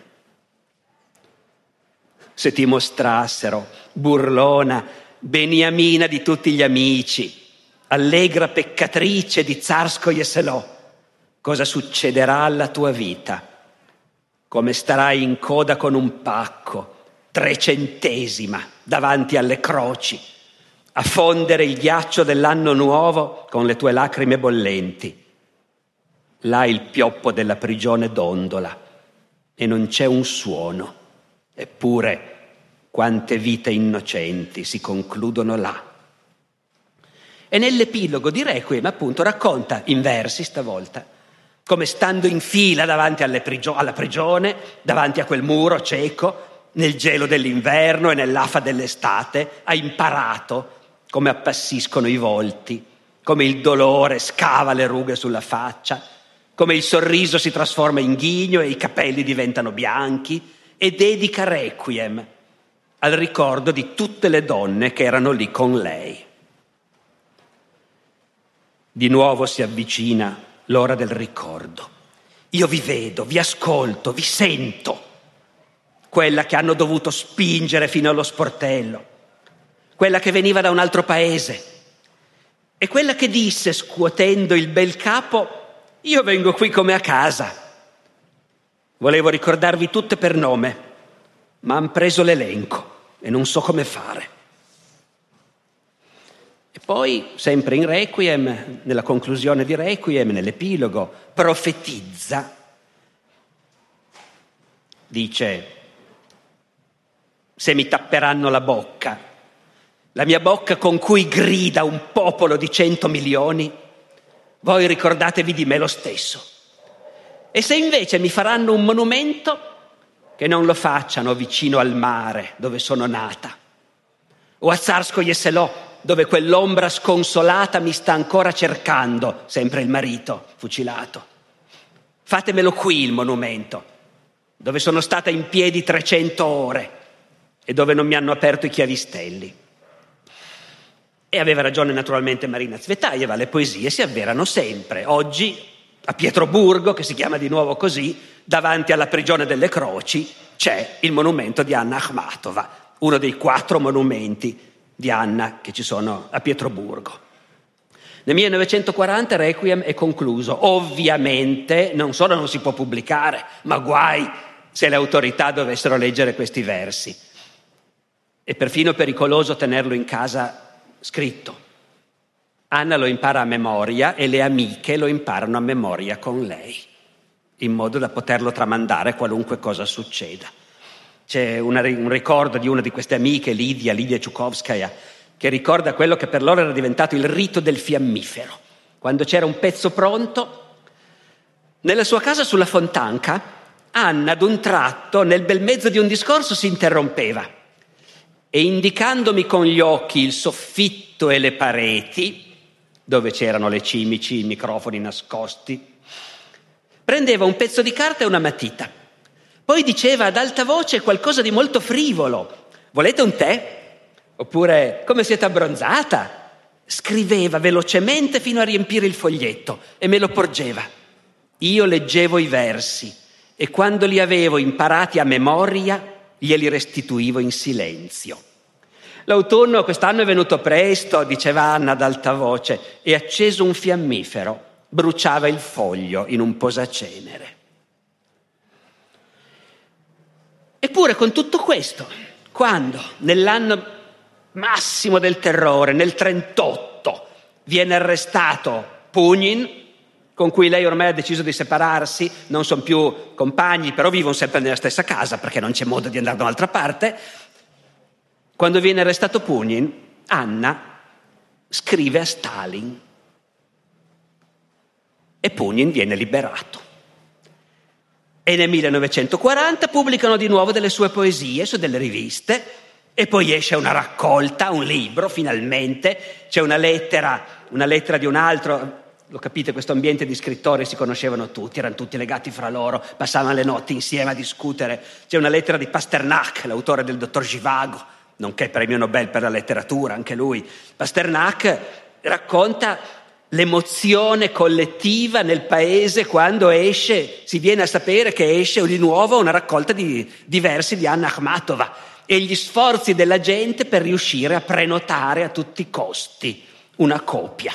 Se ti mostrassero, burlona, beniamina di tutti gli amici, allegra peccatrice di Tsarskoye Selò, cosa succederà alla tua vita? Come starai in coda con un pacco, trecentesima, davanti alle croci, a fondere il ghiaccio dell'anno nuovo con le tue lacrime bollenti. Là il pioppo della prigione dondola e non c'è un suono. Eppure quante vite innocenti si concludono là. E nell'epilogo di Requiem appunto racconta, in versi stavolta, come stando in fila davanti alle prigio- alla prigione, davanti a quel muro cieco, nel gelo dell'inverno e nell'afa dell'estate, ha imparato come appassiscono i volti, come il dolore scava le rughe sulla faccia, come il sorriso si trasforma in ghigno e i capelli diventano bianchi, e dedica Requiem al ricordo di tutte le donne che erano lì con lei. Di nuovo si avvicina l'ora del ricordo. Io vi vedo, vi ascolto, vi sento. Quella che hanno dovuto spingere fino allo sportello, quella che veniva da un altro paese e quella che disse, scuotendo il bel capo, io vengo qui come a casa. Volevo ricordarvi tutte per nome, ma han preso l'elenco e non so come fare. E poi, sempre in Requiem, nella conclusione di Requiem, nell'epilogo, profetizza, dice: se mi tapperanno la bocca, la mia bocca con cui grida un popolo di cento milioni, voi ricordatevi di me lo stesso. E se invece mi faranno un monumento, che non lo facciano vicino al mare dove sono nata, o a Tsarskoye Selò, dove quell'ombra sconsolata mi sta ancora cercando, sempre il marito fucilato. Fatemelo qui il monumento, dove sono stata in piedi trecento ore e dove non mi hanno aperto i chiavistelli. E aveva ragione naturalmente Marina Tsvetaeva, le poesie si avverano sempre. Oggi a Pietroburgo, che si chiama di nuovo così, davanti alla prigione delle croci, c'è il monumento di Anna Akhmatova, uno dei quattro monumenti di Anna che ci sono a Pietroburgo. Nel millenovecentoquaranta Requiem è concluso. Ovviamente non solo non si può pubblicare, ma guai se le autorità dovessero leggere questi versi. È perfino pericoloso tenerlo in casa scritto. Anna lo impara a memoria e le amiche lo imparano a memoria con lei, in modo da poterlo tramandare qualunque cosa succeda. C'è una, un ricordo di una di queste amiche, Lidia, Lidia Chukovskaya, che ricorda quello che per loro era diventato il rito del fiammifero. Quando c'era un pezzo pronto, nella sua casa sulla Fontanca, Anna ad un tratto, nel bel mezzo di un discorso, si interrompeva e, indicandomi con gli occhi il soffitto e le pareti, dove c'erano le cimici, i microfoni nascosti, prendeva un pezzo di carta e una matita. Poi diceva ad alta voce qualcosa di molto frivolo. Volete un tè? Oppure, come siete abbronzata? Scriveva velocemente fino a riempire il foglietto e me lo porgeva. Io leggevo i versi e quando li avevo imparati a memoria glieli restituivo in silenzio. L'autunno quest'anno è venuto presto, diceva Anna ad alta voce, e acceso un fiammifero, bruciava il foglio in un posacenere. Eppure con tutto questo, quando nell'anno massimo del terrore, nel trentotto, viene arrestato Punin, con cui lei ormai ha deciso di separarsi, non sono più compagni, però vivono sempre nella stessa casa perché non c'è modo di andare da un'altra parte. Quando viene arrestato Punin, Anna scrive a Stalin: e Punin viene liberato. E nel millenovecentoquaranta pubblicano di nuovo delle sue poesie su delle riviste e poi esce una raccolta, un libro, finalmente. C'è una lettera, una lettera di un altro, lo capite, questo ambiente di scrittori si conoscevano tutti, erano tutti legati fra loro, passavano le notti insieme a discutere. C'è una lettera di Pasternak, l'autore del Dottor Zhivago, nonché premio Nobel per la letteratura, anche lui. Pasternak racconta l'emozione collettiva nel paese quando esce, si viene a sapere che esce di nuovo una raccolta di, di versi di Anna Akhmatova e gli sforzi della gente per riuscire a prenotare a tutti i costi una copia.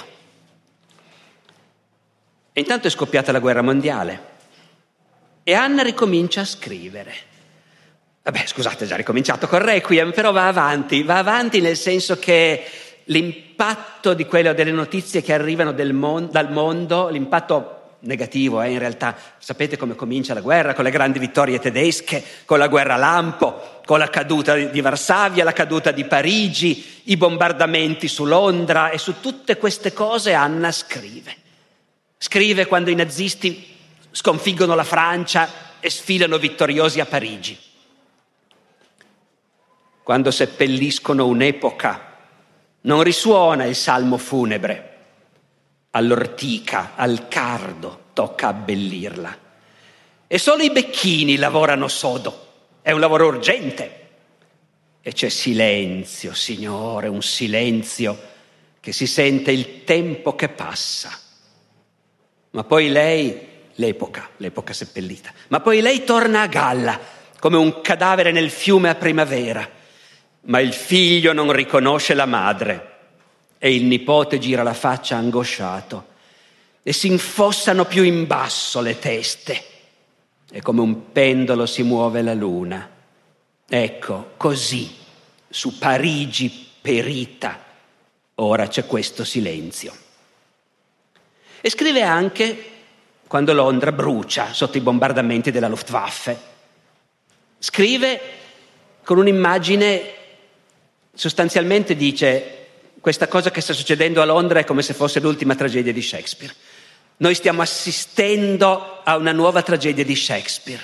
E intanto è scoppiata la guerra mondiale e Anna ricomincia a scrivere. Vabbè, scusate, già ricominciato con Requiem, però va avanti, va avanti nel senso che l'impatto di quelle delle notizie che arrivano del mon- dal mondo, l'impatto negativo, eh, in realtà, sapete come comincia la guerra, con le grandi vittorie tedesche, con la guerra lampo, con la caduta di Varsavia, la caduta di Parigi, i bombardamenti su Londra, e su tutte queste cose Anna scrive. Scrive quando i nazisti sconfiggono la Francia e sfilano vittoriosi a Parigi. Quando seppelliscono un'epoca, non risuona il salmo funebre. All'ortica, al cardo, tocca abbellirla. E solo i becchini lavorano sodo. È un lavoro urgente. E c'è silenzio, Signore, un silenzio che si sente il tempo che passa. Ma poi lei, l'epoca, l'epoca seppellita, ma poi lei torna a galla, come un cadavere nel fiume a primavera. Ma il figlio non riconosce la madre e il nipote gira la faccia angosciato e si infossano più in basso le teste e come un pendolo si muove la luna. Ecco, così, su Parigi perita, ora c'è questo silenzio. E scrive anche quando Londra brucia sotto i bombardamenti della Luftwaffe. Scrive con un'immagine. Sostanzialmente dice: questa cosa che sta succedendo a Londra è come se fosse l'ultima tragedia di Shakespeare. Noi stiamo assistendo a una nuova tragedia di Shakespeare.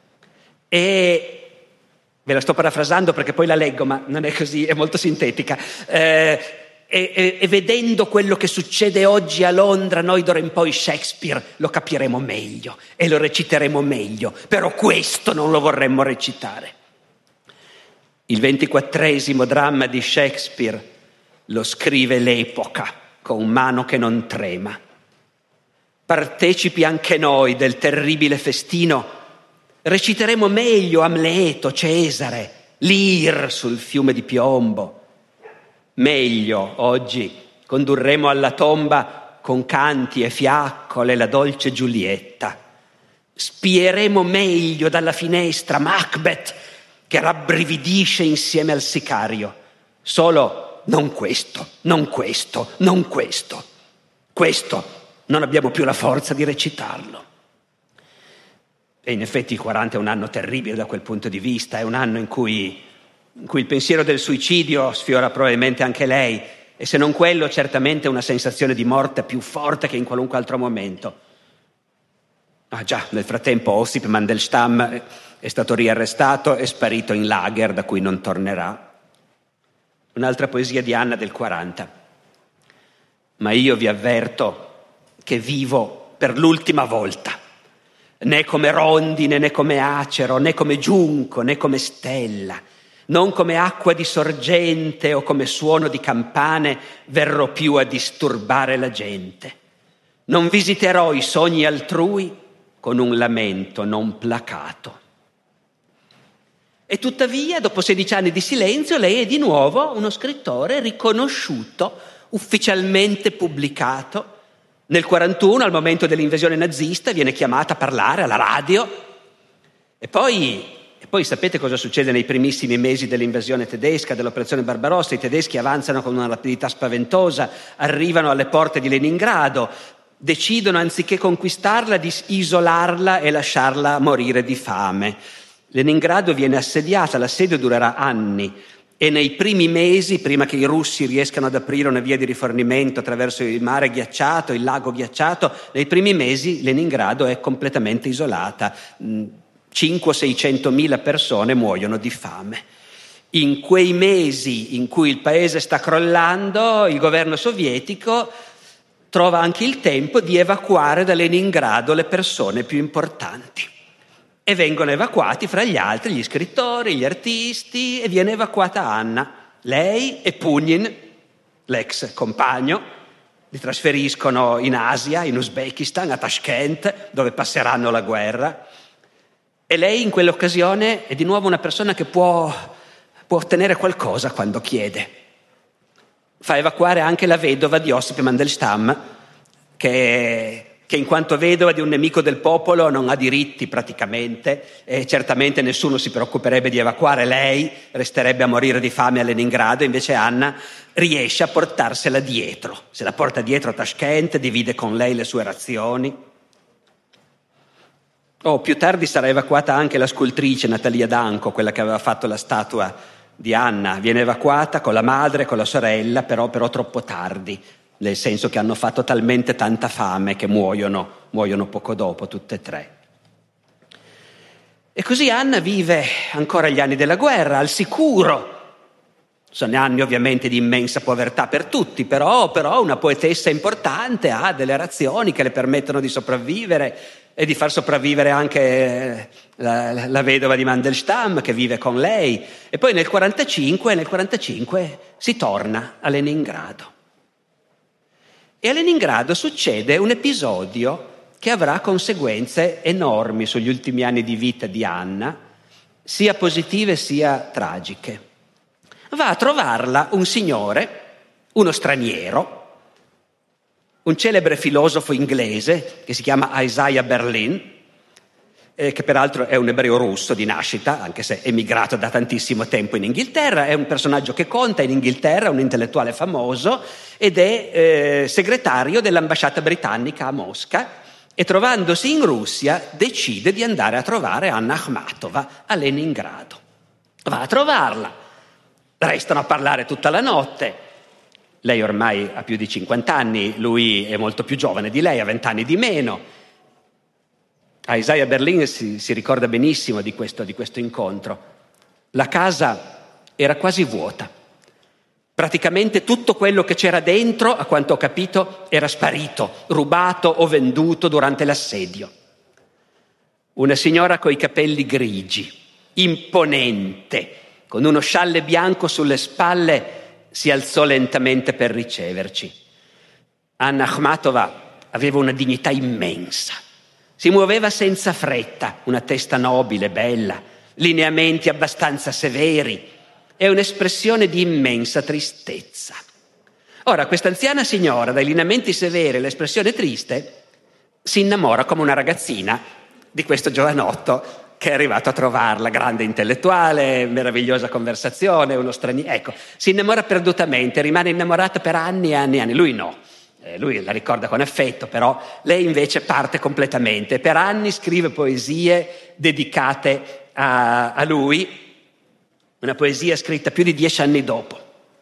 E ve la sto parafrasando perché poi la leggo, ma non è così, è molto sintetica. Eh, e, e, e vedendo quello che succede oggi a Londra, noi d'ora in poi Shakespeare lo capiremo meglio e lo reciteremo meglio, però questo non lo vorremmo recitare. Il ventiquattresimo dramma di Shakespeare lo scrive l'epoca con mano che non trema. Partecipi anche noi del terribile festino, reciteremo meglio Amleto, Cesare, Lear sul fiume di piombo. Meglio oggi condurremo alla tomba con canti e fiaccole la dolce Giulietta. Spieremo meglio dalla finestra Macbeth, che rabbrividisce insieme al sicario. Solo non questo, non questo, non questo. Questo non abbiamo più la forza di recitarlo. E in effetti il quaranta è un anno terribile da quel punto di vista, è un anno in cui, in cui il pensiero del suicidio sfiora probabilmente anche lei, e se non quello certamente una sensazione di morte più forte che in qualunque altro momento. Ah già, nel frattempo Ossip Mandelstam è stato riarrestato e sparito in lager da cui non tornerà. Un'altra poesia di Anna del quaranta. Ma io vi avverto che vivo per l'ultima volta, né come rondine, né come acero, né come giunco, né come stella, non come acqua di sorgente o come suono di campane verrò più a disturbare la gente. Non visiterò i sogni altrui con un lamento non placato. E tuttavia, dopo sedici anni di silenzio, lei è di nuovo uno scrittore riconosciuto, ufficialmente pubblicato. Nel quarantuno, al momento dell'invasione nazista, viene chiamata a parlare alla radio. E poi, e poi sapete cosa succede nei primissimi mesi dell'invasione tedesca, dell'operazione Barbarossa? I tedeschi avanzano con una rapidità spaventosa, arrivano alle porte di Leningrado, decidono, anziché conquistarla, di isolarla e lasciarla morire di fame. Leningrado viene assediata, l'assedio durerà anni E nei primi mesi, prima che i russi riescano ad aprire una via di rifornimento attraverso il mare ghiacciato, il lago ghiacciato, nei primi mesi Leningrado è completamente isolata. cinquecento seicentomila persone muoiono di fame. In quei mesi in cui il paese sta crollando, il governo sovietico trova anche il tempo di evacuare da Leningrado le persone più importanti. E vengono evacuati fra gli altri gli scrittori, gli artisti, e viene evacuata Anna. Lei e Punin, l'ex compagno, li trasferiscono in Asia, in Uzbekistan, a Tashkent, dove passeranno la guerra. E lei in quell'occasione è di nuovo una persona che può, può ottenere qualcosa quando chiede. Fa evacuare anche la vedova di Ossip Mandelstam, che che in quanto vedova di un nemico del popolo non ha diritti praticamente, e certamente nessuno si preoccuperebbe di evacuare lei, resterebbe a morire di fame a Leningrado. Invece Anna riesce a portarsela dietro, se la porta dietro a Tashkent, divide con lei le sue razioni. Oh, più tardi sarà evacuata anche la scultrice Natalia Danko, quella che aveva fatto la statua di Anna. Viene evacuata con la madre, con la sorella, però, però troppo tardi, nel senso che hanno fatto talmente tanta fame che muoiono, muoiono poco dopo, tutte e tre. E così Anna vive ancora gli anni della guerra, al sicuro. Sono anni ovviamente di immensa povertà per tutti, però, però una poetessa importante, ha delle razioni che le permettono di sopravvivere e di far sopravvivere anche la, la vedova di Mandelstam, che vive con lei. E poi nel quarantacinque, nel quarantacinque si torna a Leningrado. E a Leningrado succede un episodio che avrà conseguenze enormi sugli ultimi anni di vita di Anna, sia positive sia tragiche. Va a trovarla un signore, uno straniero, un celebre filosofo inglese che si chiama Isaiah Berlin, eh, che peraltro è un ebreo russo di nascita, anche se è emigrato da tantissimo tempo in Inghilterra. È un personaggio che conta in Inghilterra, un intellettuale famoso, ed è eh, segretario dell'ambasciata britannica a Mosca, e trovandosi in Russia decide di andare a trovare Anna Akhmatova a Leningrado. Va a trovarla, restano a parlare tutta la notte. Lei ormai ha più di cinquanta anni, lui è molto più giovane di lei, ha venti anni di meno. Isaiah Berlin si, si ricorda benissimo di questo, di questo incontro. La casa era quasi vuota. Praticamente tutto quello che c'era dentro, a quanto ho capito, era sparito, rubato o venduto durante l'assedio. Una signora coi capelli grigi, imponente, con uno scialle bianco sulle spalle, si alzò lentamente per riceverci. Anna Akhmatova aveva una dignità immensa. Si muoveva senza fretta, una testa nobile, bella, lineamenti abbastanza severi e un'espressione di immensa tristezza. Ora, questa anziana signora, dai lineamenti severi e l'espressione triste, si innamora come una ragazzina di questo giovanotto che è arrivato a trovarla, grande intellettuale, meravigliosa conversazione, uno straniero. Ecco, si innamora perdutamente, rimane innamorata per anni e anni e anni. Lui no. Lui la ricorda con affetto, però lei invece parte completamente. Per anni scrive poesie dedicate a, a lui, una poesia scritta più di dieci anni dopo.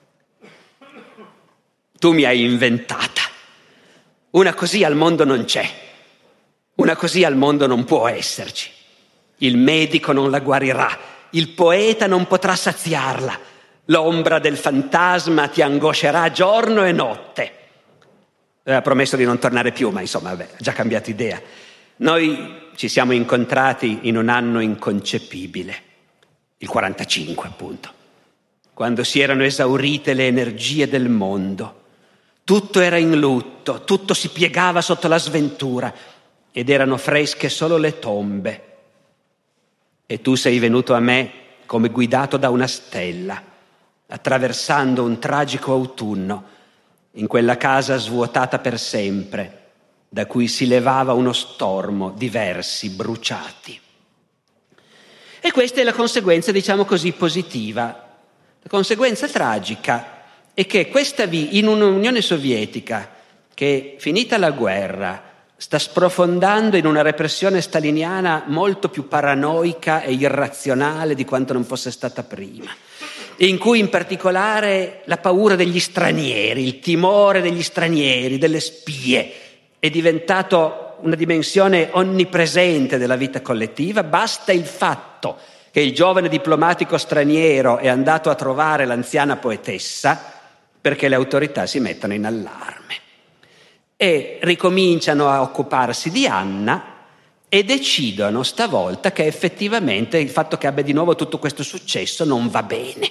Tu mi hai inventata. Una così al mondo non c'è. Una così al mondo non può esserci. Il medico non la guarirà. Il poeta non potrà saziarla. L'ombra del fantasma ti angoscerà giorno e notte. Aveva promesso di non tornare più, ma insomma, vabbè, ha già cambiato idea. Noi ci siamo incontrati in un anno inconcepibile, il quarantacinque appunto, quando si erano esaurite le energie del mondo. Tutto era in lutto, tutto si piegava sotto la sventura ed erano fresche solo le tombe. E tu sei venuto a me come guidato da una stella, attraversando un tragico autunno, in quella casa svuotata per sempre, da cui si levava uno stormo di versi bruciati. E questa è la conseguenza, diciamo così, positiva. La conseguenza tragica è che questa vi- in un'Unione Sovietica che, finita la guerra, sta sprofondando in una repressione staliniana molto più paranoica e irrazionale di quanto non fosse stata prima, in cui in particolare la paura degli stranieri, il timore degli stranieri, delle spie, è diventato una dimensione onnipresente della vita collettiva. Basta il fatto che il giovane diplomatico straniero è andato a trovare l'anziana poetessa perché le autorità si mettono in allarme e ricominciano a occuparsi di Anna e decidono stavolta che effettivamente il fatto che abbia di nuovo tutto questo successo non va bene.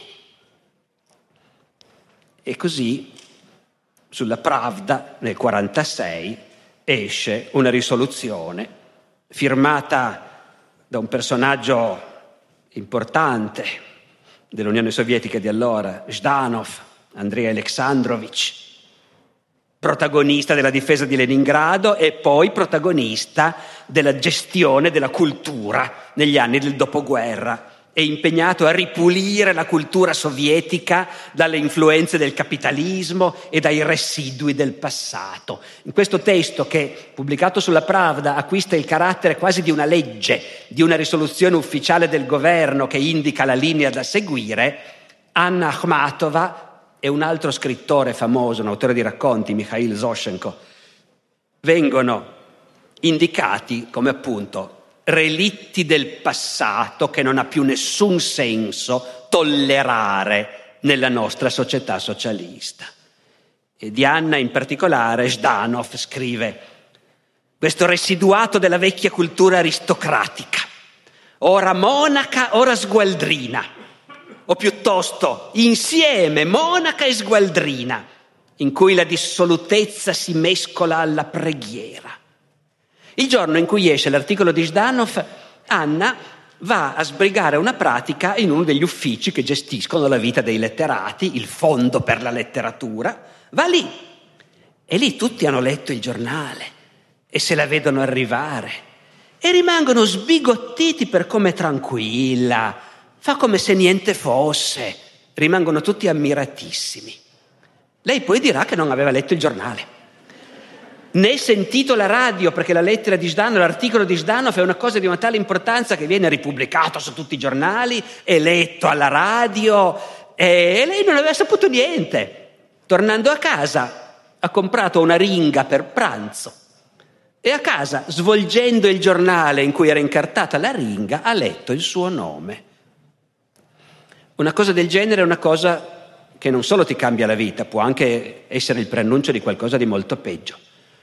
E così sulla Pravda nel quarantasei esce una risoluzione firmata da un personaggio importante dell'Unione Sovietica di allora, Zhdanov, Andrei Aleksandrovich, protagonista della difesa di Leningrado e poi protagonista della gestione della cultura negli anni del dopoguerra. È impegnato a ripulire la cultura sovietica dalle influenze del capitalismo e dai residui del passato. In questo testo, che pubblicato sulla Pravda acquista il carattere quasi di una legge, di una risoluzione ufficiale del governo che indica la linea da seguire, Anna Akhmatova e un altro scrittore famoso, un autore di racconti, Mikhail Zoshenko, vengono indicati come appunto relitti del passato che non ha più nessun senso tollerare nella nostra società socialista. E di Anna in particolare Zhdanov scrive: questo residuato della vecchia cultura aristocratica, ora monaca, ora sgualdrina, o piuttosto insieme monaca e sgualdrina, in cui la dissolutezza si mescola alla preghiera. Il giorno in cui esce l'articolo di Zhdanov, Anna va a sbrigare una pratica in uno degli uffici che gestiscono la vita dei letterati, il Fondo per la letteratura. Va lì e lì tutti hanno letto il giornale e se la vedono arrivare e rimangono sbigottiti per come è tranquilla, fa come se niente fosse, rimangono tutti ammiratissimi. Lei poi dirà che non aveva letto il giornale, né sentito la radio, perché la lettera di Zhdanov, l'articolo di Zhdanov è una cosa di una tale importanza che viene ripubblicato su tutti i giornali, è letto alla radio e lei non aveva saputo niente. Tornando a casa ha comprato una ringa per pranzo e a casa, svolgendo il giornale in cui era incartata la ringa, ha letto il suo nome. Una cosa del genere è una cosa che non solo ti cambia la vita, può anche essere il preannuncio di qualcosa di molto peggio.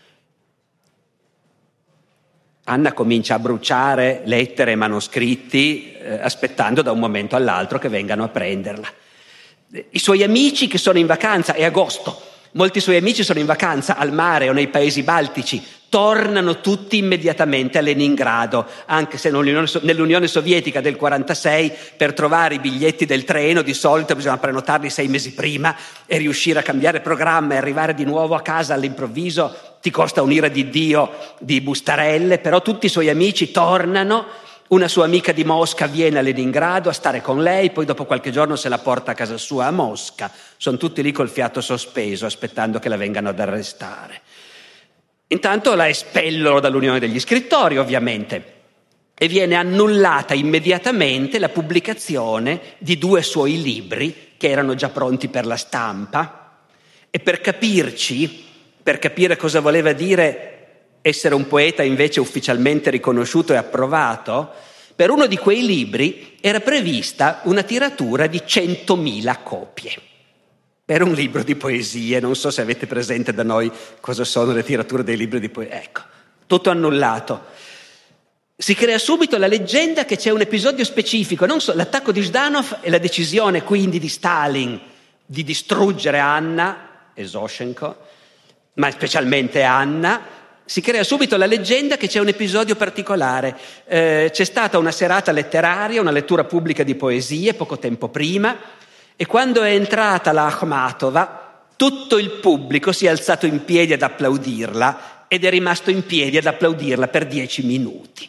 Anna comincia a bruciare lettere e manoscritti eh, aspettando da un momento all'altro che vengano a prenderla. I suoi amici che sono in vacanza, è agosto, molti suoi amici sono in vacanza al mare o nei paesi baltici, tornano tutti immediatamente a Leningrado, anche se nell'Unione Sovietica del quarantasei per trovare i biglietti del treno di solito bisogna prenotarli sei mesi prima e riuscire a cambiare programma e arrivare di nuovo a casa all'improvviso ti costa un'ira di Dio di bustarelle, però tutti i suoi amici tornano. Una sua amica di Mosca viene a Leningrado a stare con lei, poi dopo qualche giorno se la porta a casa sua a Mosca. Sono tutti lì col fiato sospeso aspettando che la vengano ad arrestare. Intanto la espellono dall'Unione degli Scrittori, ovviamente, e viene annullata immediatamente la pubblicazione di due suoi libri che erano già pronti per la stampa. E per capirci, per capire cosa voleva dire essere un poeta invece ufficialmente riconosciuto e approvato, per uno di quei libri era prevista una tiratura di centomila copie. Per un libro di poesie, non so se avete presente da noi cosa sono le tirature dei libri di poesie. Ecco, tutto annullato. Si crea subito la leggenda che c'è un episodio specifico, non so, l'attacco di Zhdanov e la decisione quindi di Stalin di distruggere Anna e Zoshenko, ma specialmente Anna. Si crea subito la leggenda che c'è un episodio particolare. Eh, c'è stata una serata letteraria, una lettura pubblica di poesie poco tempo prima, e quando è entrata la Akhmatova, tutto il pubblico si è alzato in piedi ad applaudirla ed è rimasto in piedi ad applaudirla per dieci minuti.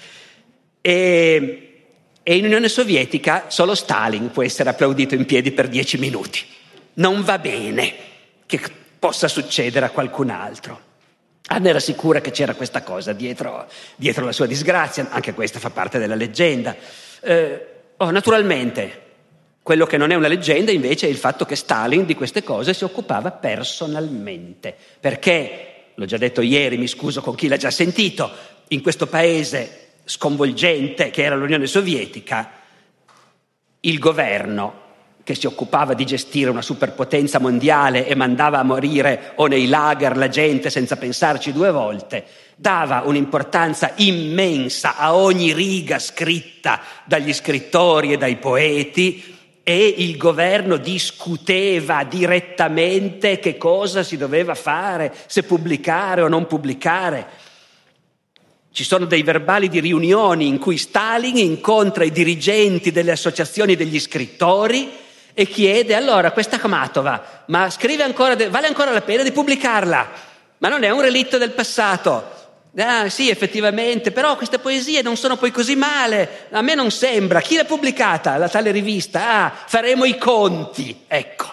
E, e in Unione Sovietica solo Stalin può essere applaudito in piedi per dieci minuti. Non va bene che possa succedere a qualcun altro. Anna era sicura che c'era questa cosa dietro, dietro la sua disgrazia, anche questa fa parte della leggenda. Eh, oh, naturalmente, Quello che non è una leggenda invece è il fatto che Stalin di queste cose si occupava personalmente, perché, l'ho già detto ieri, mi scuso con chi l'ha già sentito, in questo paese sconvolgente che era l'Unione Sovietica, il governo che si occupava di gestire una superpotenza mondiale e mandava a morire o nei lager la gente senza pensarci due volte, dava un'importanza immensa a ogni riga scritta dagli scrittori e dai poeti, e il governo discuteva direttamente che cosa si doveva fare, se pubblicare o non pubblicare. Ci sono dei verbali di riunioni in cui Stalin incontra i dirigenti delle associazioni degli scrittori e chiede: allora, questa Akhmatova, ma scrive ancora, vale ancora la pena di pubblicarla? Ma non è un relitto del passato? Ah, sì, effettivamente, però queste poesie non sono poi così male, a me non sembra. Chi l'ha pubblicata? La tale rivista? Ah, faremo i conti, ecco.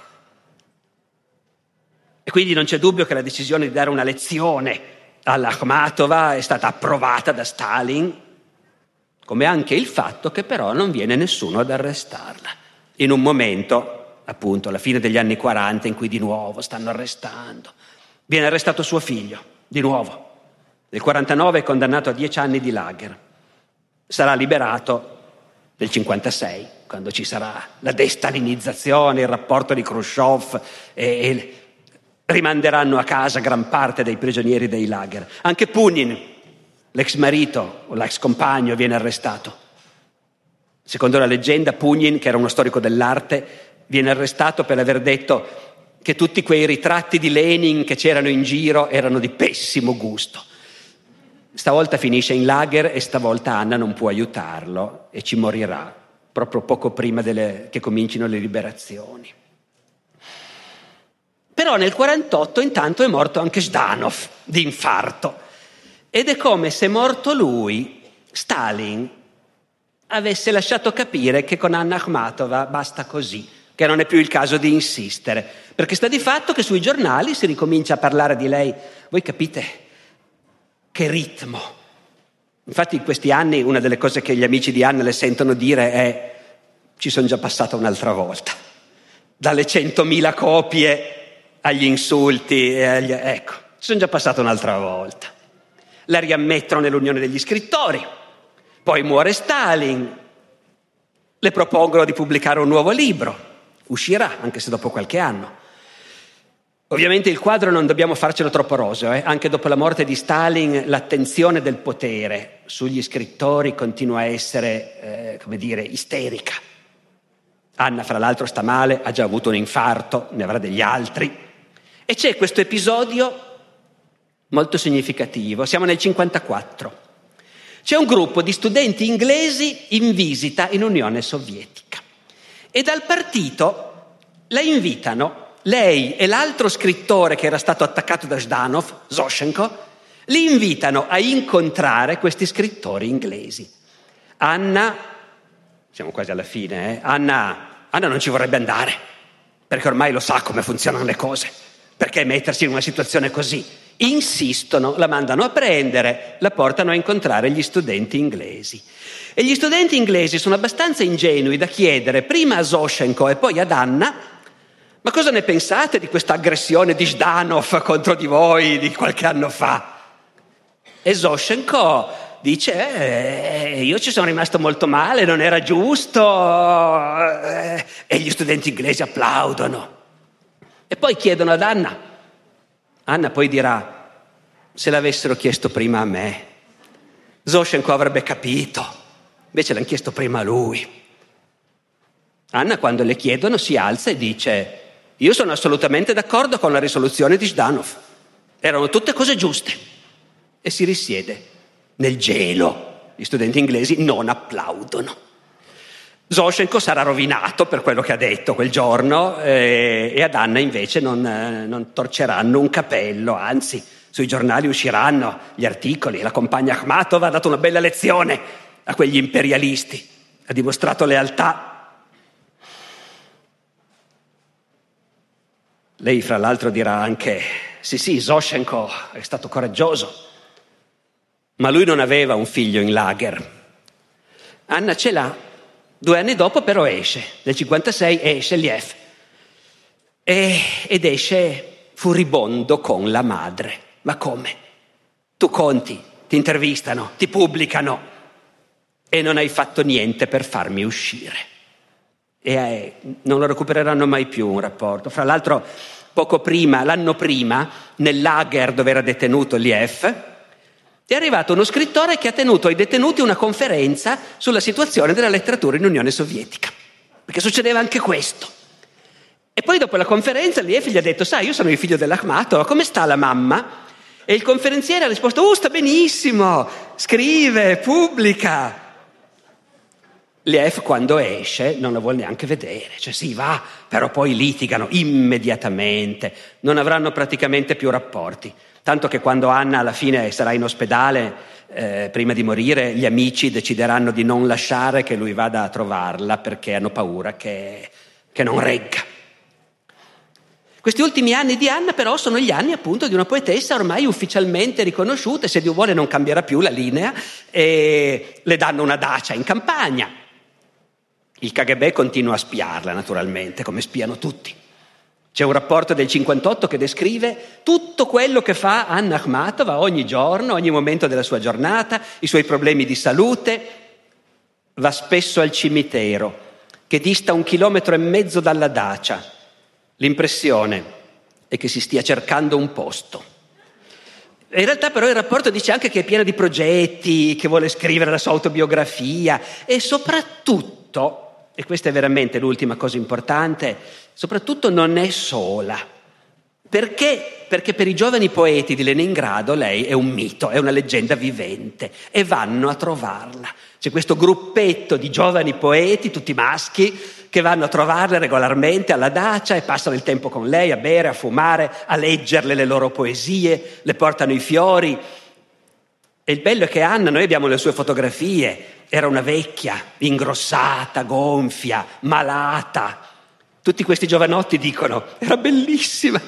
E quindi non c'è dubbio che la decisione di dare una lezione all'Akhmatova è stata approvata da Stalin, come anche il fatto che però non viene nessuno ad arrestarla, in un momento, appunto, alla fine degli anni quaranta, in cui di nuovo stanno arrestando. Viene arrestato suo figlio, di nuovo. Nel quarantanove è condannato a dieci anni di lager. Sarà liberato nel cinquantasei, quando ci sarà la destalinizzazione, il rapporto di Khrushchev, e, e rimanderanno a casa gran parte dei prigionieri dei lager. Anche Punin, l'ex marito o l'ex compagno, viene arrestato. Secondo la leggenda, Punin, che era uno storico dell'arte, viene arrestato per aver detto che tutti quei ritratti di Lenin che c'erano in giro erano di pessimo gusto. Stavolta finisce in lager e stavolta Anna non può aiutarlo e ci morirà proprio poco prima delle, che comincino le liberazioni. Però nel quarantotto intanto è morto anche Zhdanov di infarto, ed è come se morto lui, Stalin avesse lasciato capire che con Anna Akhmatova basta così, che non è più il caso di insistere, perché sta di fatto che sui giornali si ricomincia a parlare di lei. Voi capite che ritmo? Infatti in questi anni una delle cose che gli amici di Anna le sentono dire è: ci sono già passato un'altra volta, dalle centomila copie agli insulti e agli... ecco, ci sono già passato un'altra volta. La riammettono nell'Unione degli Scrittori, poi muore Stalin, le propongono di pubblicare un nuovo libro, uscirà anche se dopo qualche anno. Ovviamente il quadro non dobbiamo farcelo troppo roseo, eh? Anche dopo la morte di Stalin l'attenzione del potere sugli scrittori continua a essere, eh, come dire, isterica. Anna, fra l'altro, sta male, ha già avuto un infarto, ne avrà degli altri. E c'è questo episodio molto significativo, siamo nel cinquantaquattro. C'è un gruppo di studenti inglesi in visita in Unione Sovietica e dal partito la invitano. Lei e l'altro scrittore che era stato attaccato da Zhdanov, Zoshenko, li invitano a incontrare questi scrittori inglesi. Anna, siamo quasi alla fine, eh? Anna, Anna non ci vorrebbe andare, perché ormai lo sa come funzionano le cose. Perché mettersi in una situazione così? Insistono, la mandano a prendere, la portano a incontrare gli studenti inglesi. E gli studenti inglesi sono abbastanza ingenui da chiedere prima a Zoshenko e poi ad Anna: ma cosa ne pensate di questa aggressione di Zhdanov contro di voi di qualche anno fa? E Zoshenko dice: eh, io ci sono rimasto molto male, non era giusto. Eh, e gli studenti inglesi applaudono. E poi chiedono ad Anna. Anna poi dirà: se l'avessero chiesto prima a me, Zoshenko avrebbe capito. Invece l'hanno chiesto prima a lui. Anna, quando le chiedono, si alza e dice: io sono assolutamente d'accordo con la risoluzione di Zhdanov. Erano tutte cose giuste. E si risiede nel gelo. Gli studenti inglesi non applaudono. Zoshenko sarà rovinato per quello che ha detto quel giorno eh, e ad Anna invece non, eh, non torceranno un capello, anzi sui giornali usciranno gli articoli: la compagna Akhmatova ha dato una bella lezione a quegli imperialisti, ha dimostrato lealtà. Lei, fra l'altro, dirà anche: sì, sì, Zoshenko è stato coraggioso, ma lui non aveva un figlio in lager. Anna ce l'ha, Due anni dopo però esce, nel cinquantasei esce Liev e, ed esce furibondo con la madre. Ma come? Tu conti, ti intervistano, ti pubblicano e non hai fatto niente per farmi uscire. E eh, non lo recupereranno mai più un rapporto. Fra l'altro, poco prima, l'anno prima, nel lager dove era detenuto Liev, è arrivato uno scrittore che ha tenuto ai detenuti una conferenza sulla situazione della letteratura in Unione Sovietica, perché succedeva anche questo. E poi dopo la conferenza Liev gli ha detto: sai, io sono il figlio dell'Akhmatova, come sta la mamma? E il conferenziere ha risposto: oh, sta benissimo, scrive, pubblica. Liev quando esce non la vuole neanche vedere, cioè sì, va, però poi litigano immediatamente, non avranno praticamente più rapporti. Tanto che quando Anna alla fine sarà in ospedale, eh, prima di morire, gli amici decideranno di non lasciare che lui vada a trovarla perché hanno paura che, che non regga. Questi ultimi anni di Anna però sono gli anni appunto di una poetessa ormai ufficialmente riconosciuta, e se Dio vuole non cambierà più la linea, e le danno una dacia in campagna. Il K G B continua a spiarla naturalmente, come spiano tutti. C'è un rapporto del cinquantotto che descrive tutto quello che fa Anna Akhmatova ogni giorno, ogni momento della sua giornata, i suoi problemi di salute. Va spesso al cimitero, che dista un chilometro e mezzo dalla dacia. L'impressione è che si stia cercando un posto. In realtà però il rapporto dice anche che è pieno di progetti, che vuole scrivere la sua autobiografia e soprattutto, e questa è veramente l'ultima cosa importante, soprattutto non è sola. Perché? Perché per i giovani poeti di Leningrado lei è un mito, è una leggenda vivente e vanno a trovarla. C'è questo gruppetto di giovani poeti, tutti maschi, che vanno a trovarla regolarmente alla dacia e passano il tempo con lei a bere, a fumare, a leggerle le loro poesie, le portano i fiori. E il bello è che Anna, noi abbiamo le sue fotografie, era una vecchia, ingrossata, gonfia, malata. Tutti questi giovanotti dicono: era bellissima.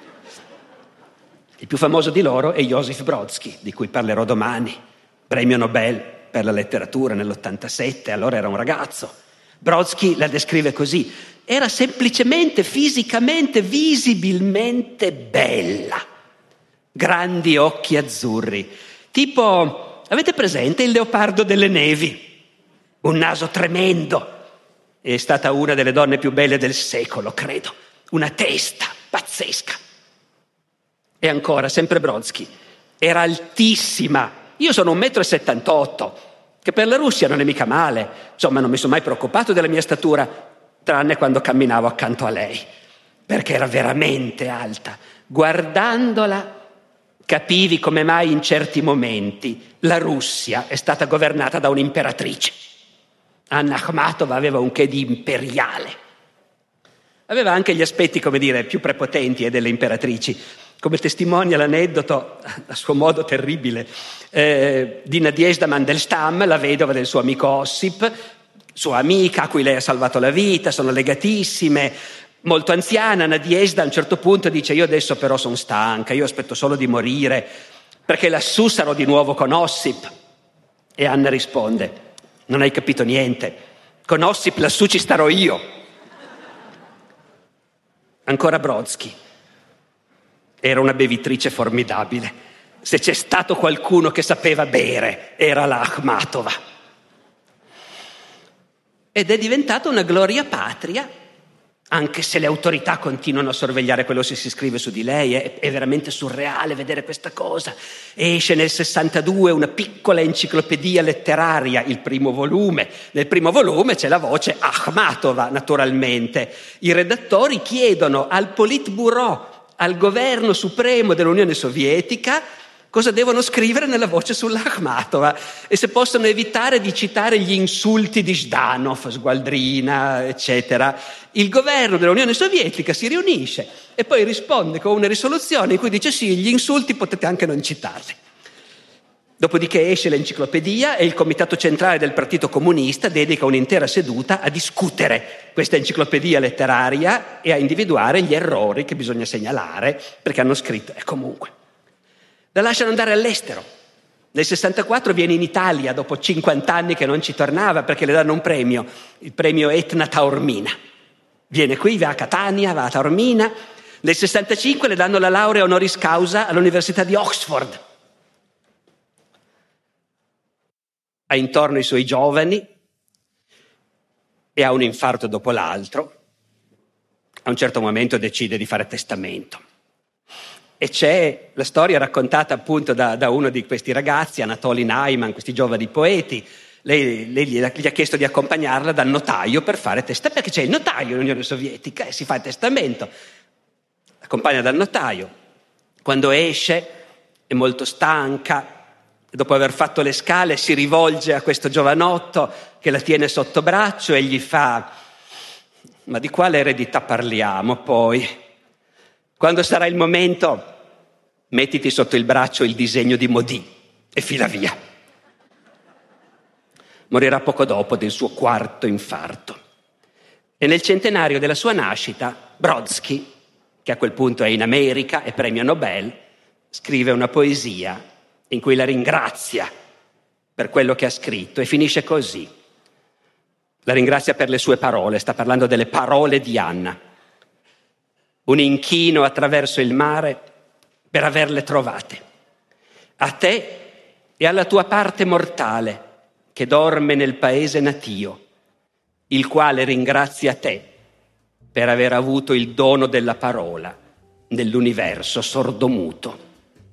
Il più famoso di loro è Josip Brodsky, di cui parlerò domani, premio Nobel per la letteratura nell'ottantasette, allora era un ragazzo. Brodsky la descrive così: era semplicemente, fisicamente, visibilmente bella. Grandi occhi azzurri, tipo, avete presente il leopardo delle nevi? Un naso tremendo. È stata una delle donne più belle del secolo, credo. Una testa pazzesca. E ancora, sempre Brodsky, era altissima. Io sono un metro e settantotto, che per la Russia non è mica male. Insomma, non mi sono mai preoccupato della mia statura, tranne quando camminavo accanto a lei, perché era veramente alta. Guardandola capivi come mai in certi momenti la Russia è stata governata da un'imperatrice. Anna Akhmatova aveva un che di imperiale. Aveva anche gli aspetti, come dire, più prepotenti e delle imperatrici, come testimonia l'aneddoto, a suo modo terribile, eh, di Nadezhda Mandelstam, la vedova del suo amico Ossip, sua amica a cui lei ha salvato la vita, sono legatissime, molto anziana. Nadezhda a un certo punto dice: io adesso però sono stanca, io aspetto solo di morire, perché lassù sarò di nuovo con Ossip. E Anna risponde: non hai capito niente, con Ossip lassù ci starò io. Ancora Brodsky. Era una bevitrice formidabile. Se c'è stato qualcuno che sapeva bere, era la Akhmatova. Ed è diventata una gloria patria, anche se le autorità continuano a sorvegliare quello che si scrive su di lei. È, è veramente surreale vedere questa cosa. Esce nel sessantadue una piccola enciclopedia letteraria, il primo volume. Nel primo volume c'è la voce Akhmatova, naturalmente. I redattori chiedono al Politburo, al governo supremo dell'Unione Sovietica, cosa devono scrivere nella voce sull'Akhmatova e se possono evitare di citare gli insulti di Zhdanov, Sgualdrina, eccetera. Il governo dell'Unione Sovietica si riunisce e poi risponde con una risoluzione in cui dice: sì, gli insulti potete anche non citarli. Dopodiché esce l'enciclopedia e il comitato centrale del Partito Comunista dedica un'intera seduta a discutere questa enciclopedia letteraria e a individuare gli errori che bisogna segnalare perché hanno scritto. E comunque la lasciano andare all'estero. Nel sessantaquattro viene in Italia dopo cinquanta anni che non ci tornava perché le danno un premio, il premio Etna Taormina. Viene qui, va a Catania, va a Taormina. Nel sessantacinque le danno la laurea honoris causa all'Università di Oxford. Ha intorno i suoi giovani e ha un infarto dopo l'altro. A un certo momento decide di fare testamento. E c'è la storia raccontata appunto da, da uno di questi ragazzi, Anatoli Naiman, questi giovani poeti. Lei, lei gli, gli ha chiesto di accompagnarla dal notaio per fare testamento, perché c'è il notaio nell'Unione Sovietica e si fa il testamento. Accompagna dal notaio. Quando esce è molto stanca. Dopo aver fatto le scale si rivolge a questo giovanotto che la tiene sotto braccio e gli fa: ma di quale eredità parliamo poi? Quando sarà il momento mettiti sotto il braccio il disegno di Modì e fila via. Morirà poco dopo del suo quarto infarto. E nel centenario della sua nascita Brodsky, che a quel punto è in America e premio Nobel, scrive una poesia in cui la ringrazia per quello che ha scritto e finisce così. La ringrazia per le sue parole, sta parlando delle parole di Anna. Un inchino attraverso il mare per averle trovate. A te e alla tua parte mortale che dorme nel paese natio, il quale ringrazia te per aver avuto il dono della parola nell'universo sordomuto.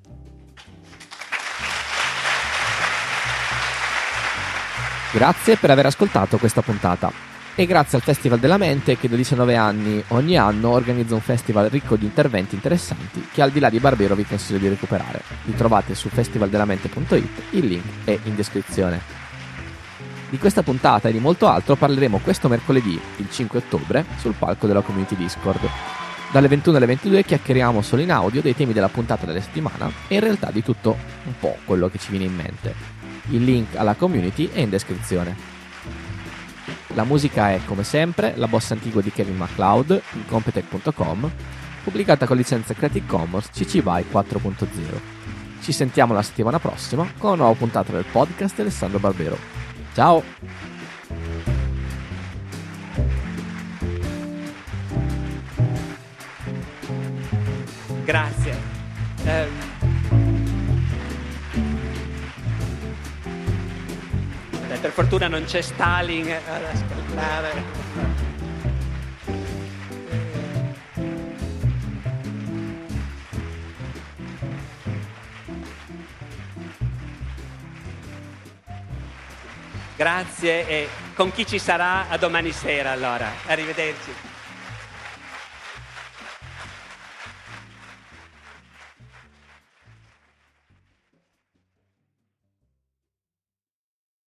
Grazie per aver ascoltato questa puntata e grazie al Festival della Mente che da diciannove anni ogni anno organizza un festival ricco di interventi interessanti che al di là di Barbero vi consiglio di recuperare. Li trovate su festivaldelamente punto it, il link è in descrizione. Di questa puntata e di molto altro parleremo questo mercoledì, il cinque ottobre, sul palco della community Discord. Dalle ventuno alle ventidue chiacchieriamo solo in audio dei temi della puntata della settimana e in realtà di tutto un po' quello che ci viene in mente. Il link alla community è in descrizione. La musica è, come sempre, La bossa antigua di Kevin MacLeod, in competech punto com, pubblicata con licenza Creative Commons C C B Y quattro punto zero. Ci sentiamo la settimana prossima con una nuova puntata del podcast di Alessandro Barbero. Ciao! Grazie. Um... Per fortuna non c'è Stalin ad ascoltare. Grazie e con chi ci sarà a domani sera allora. Arrivederci.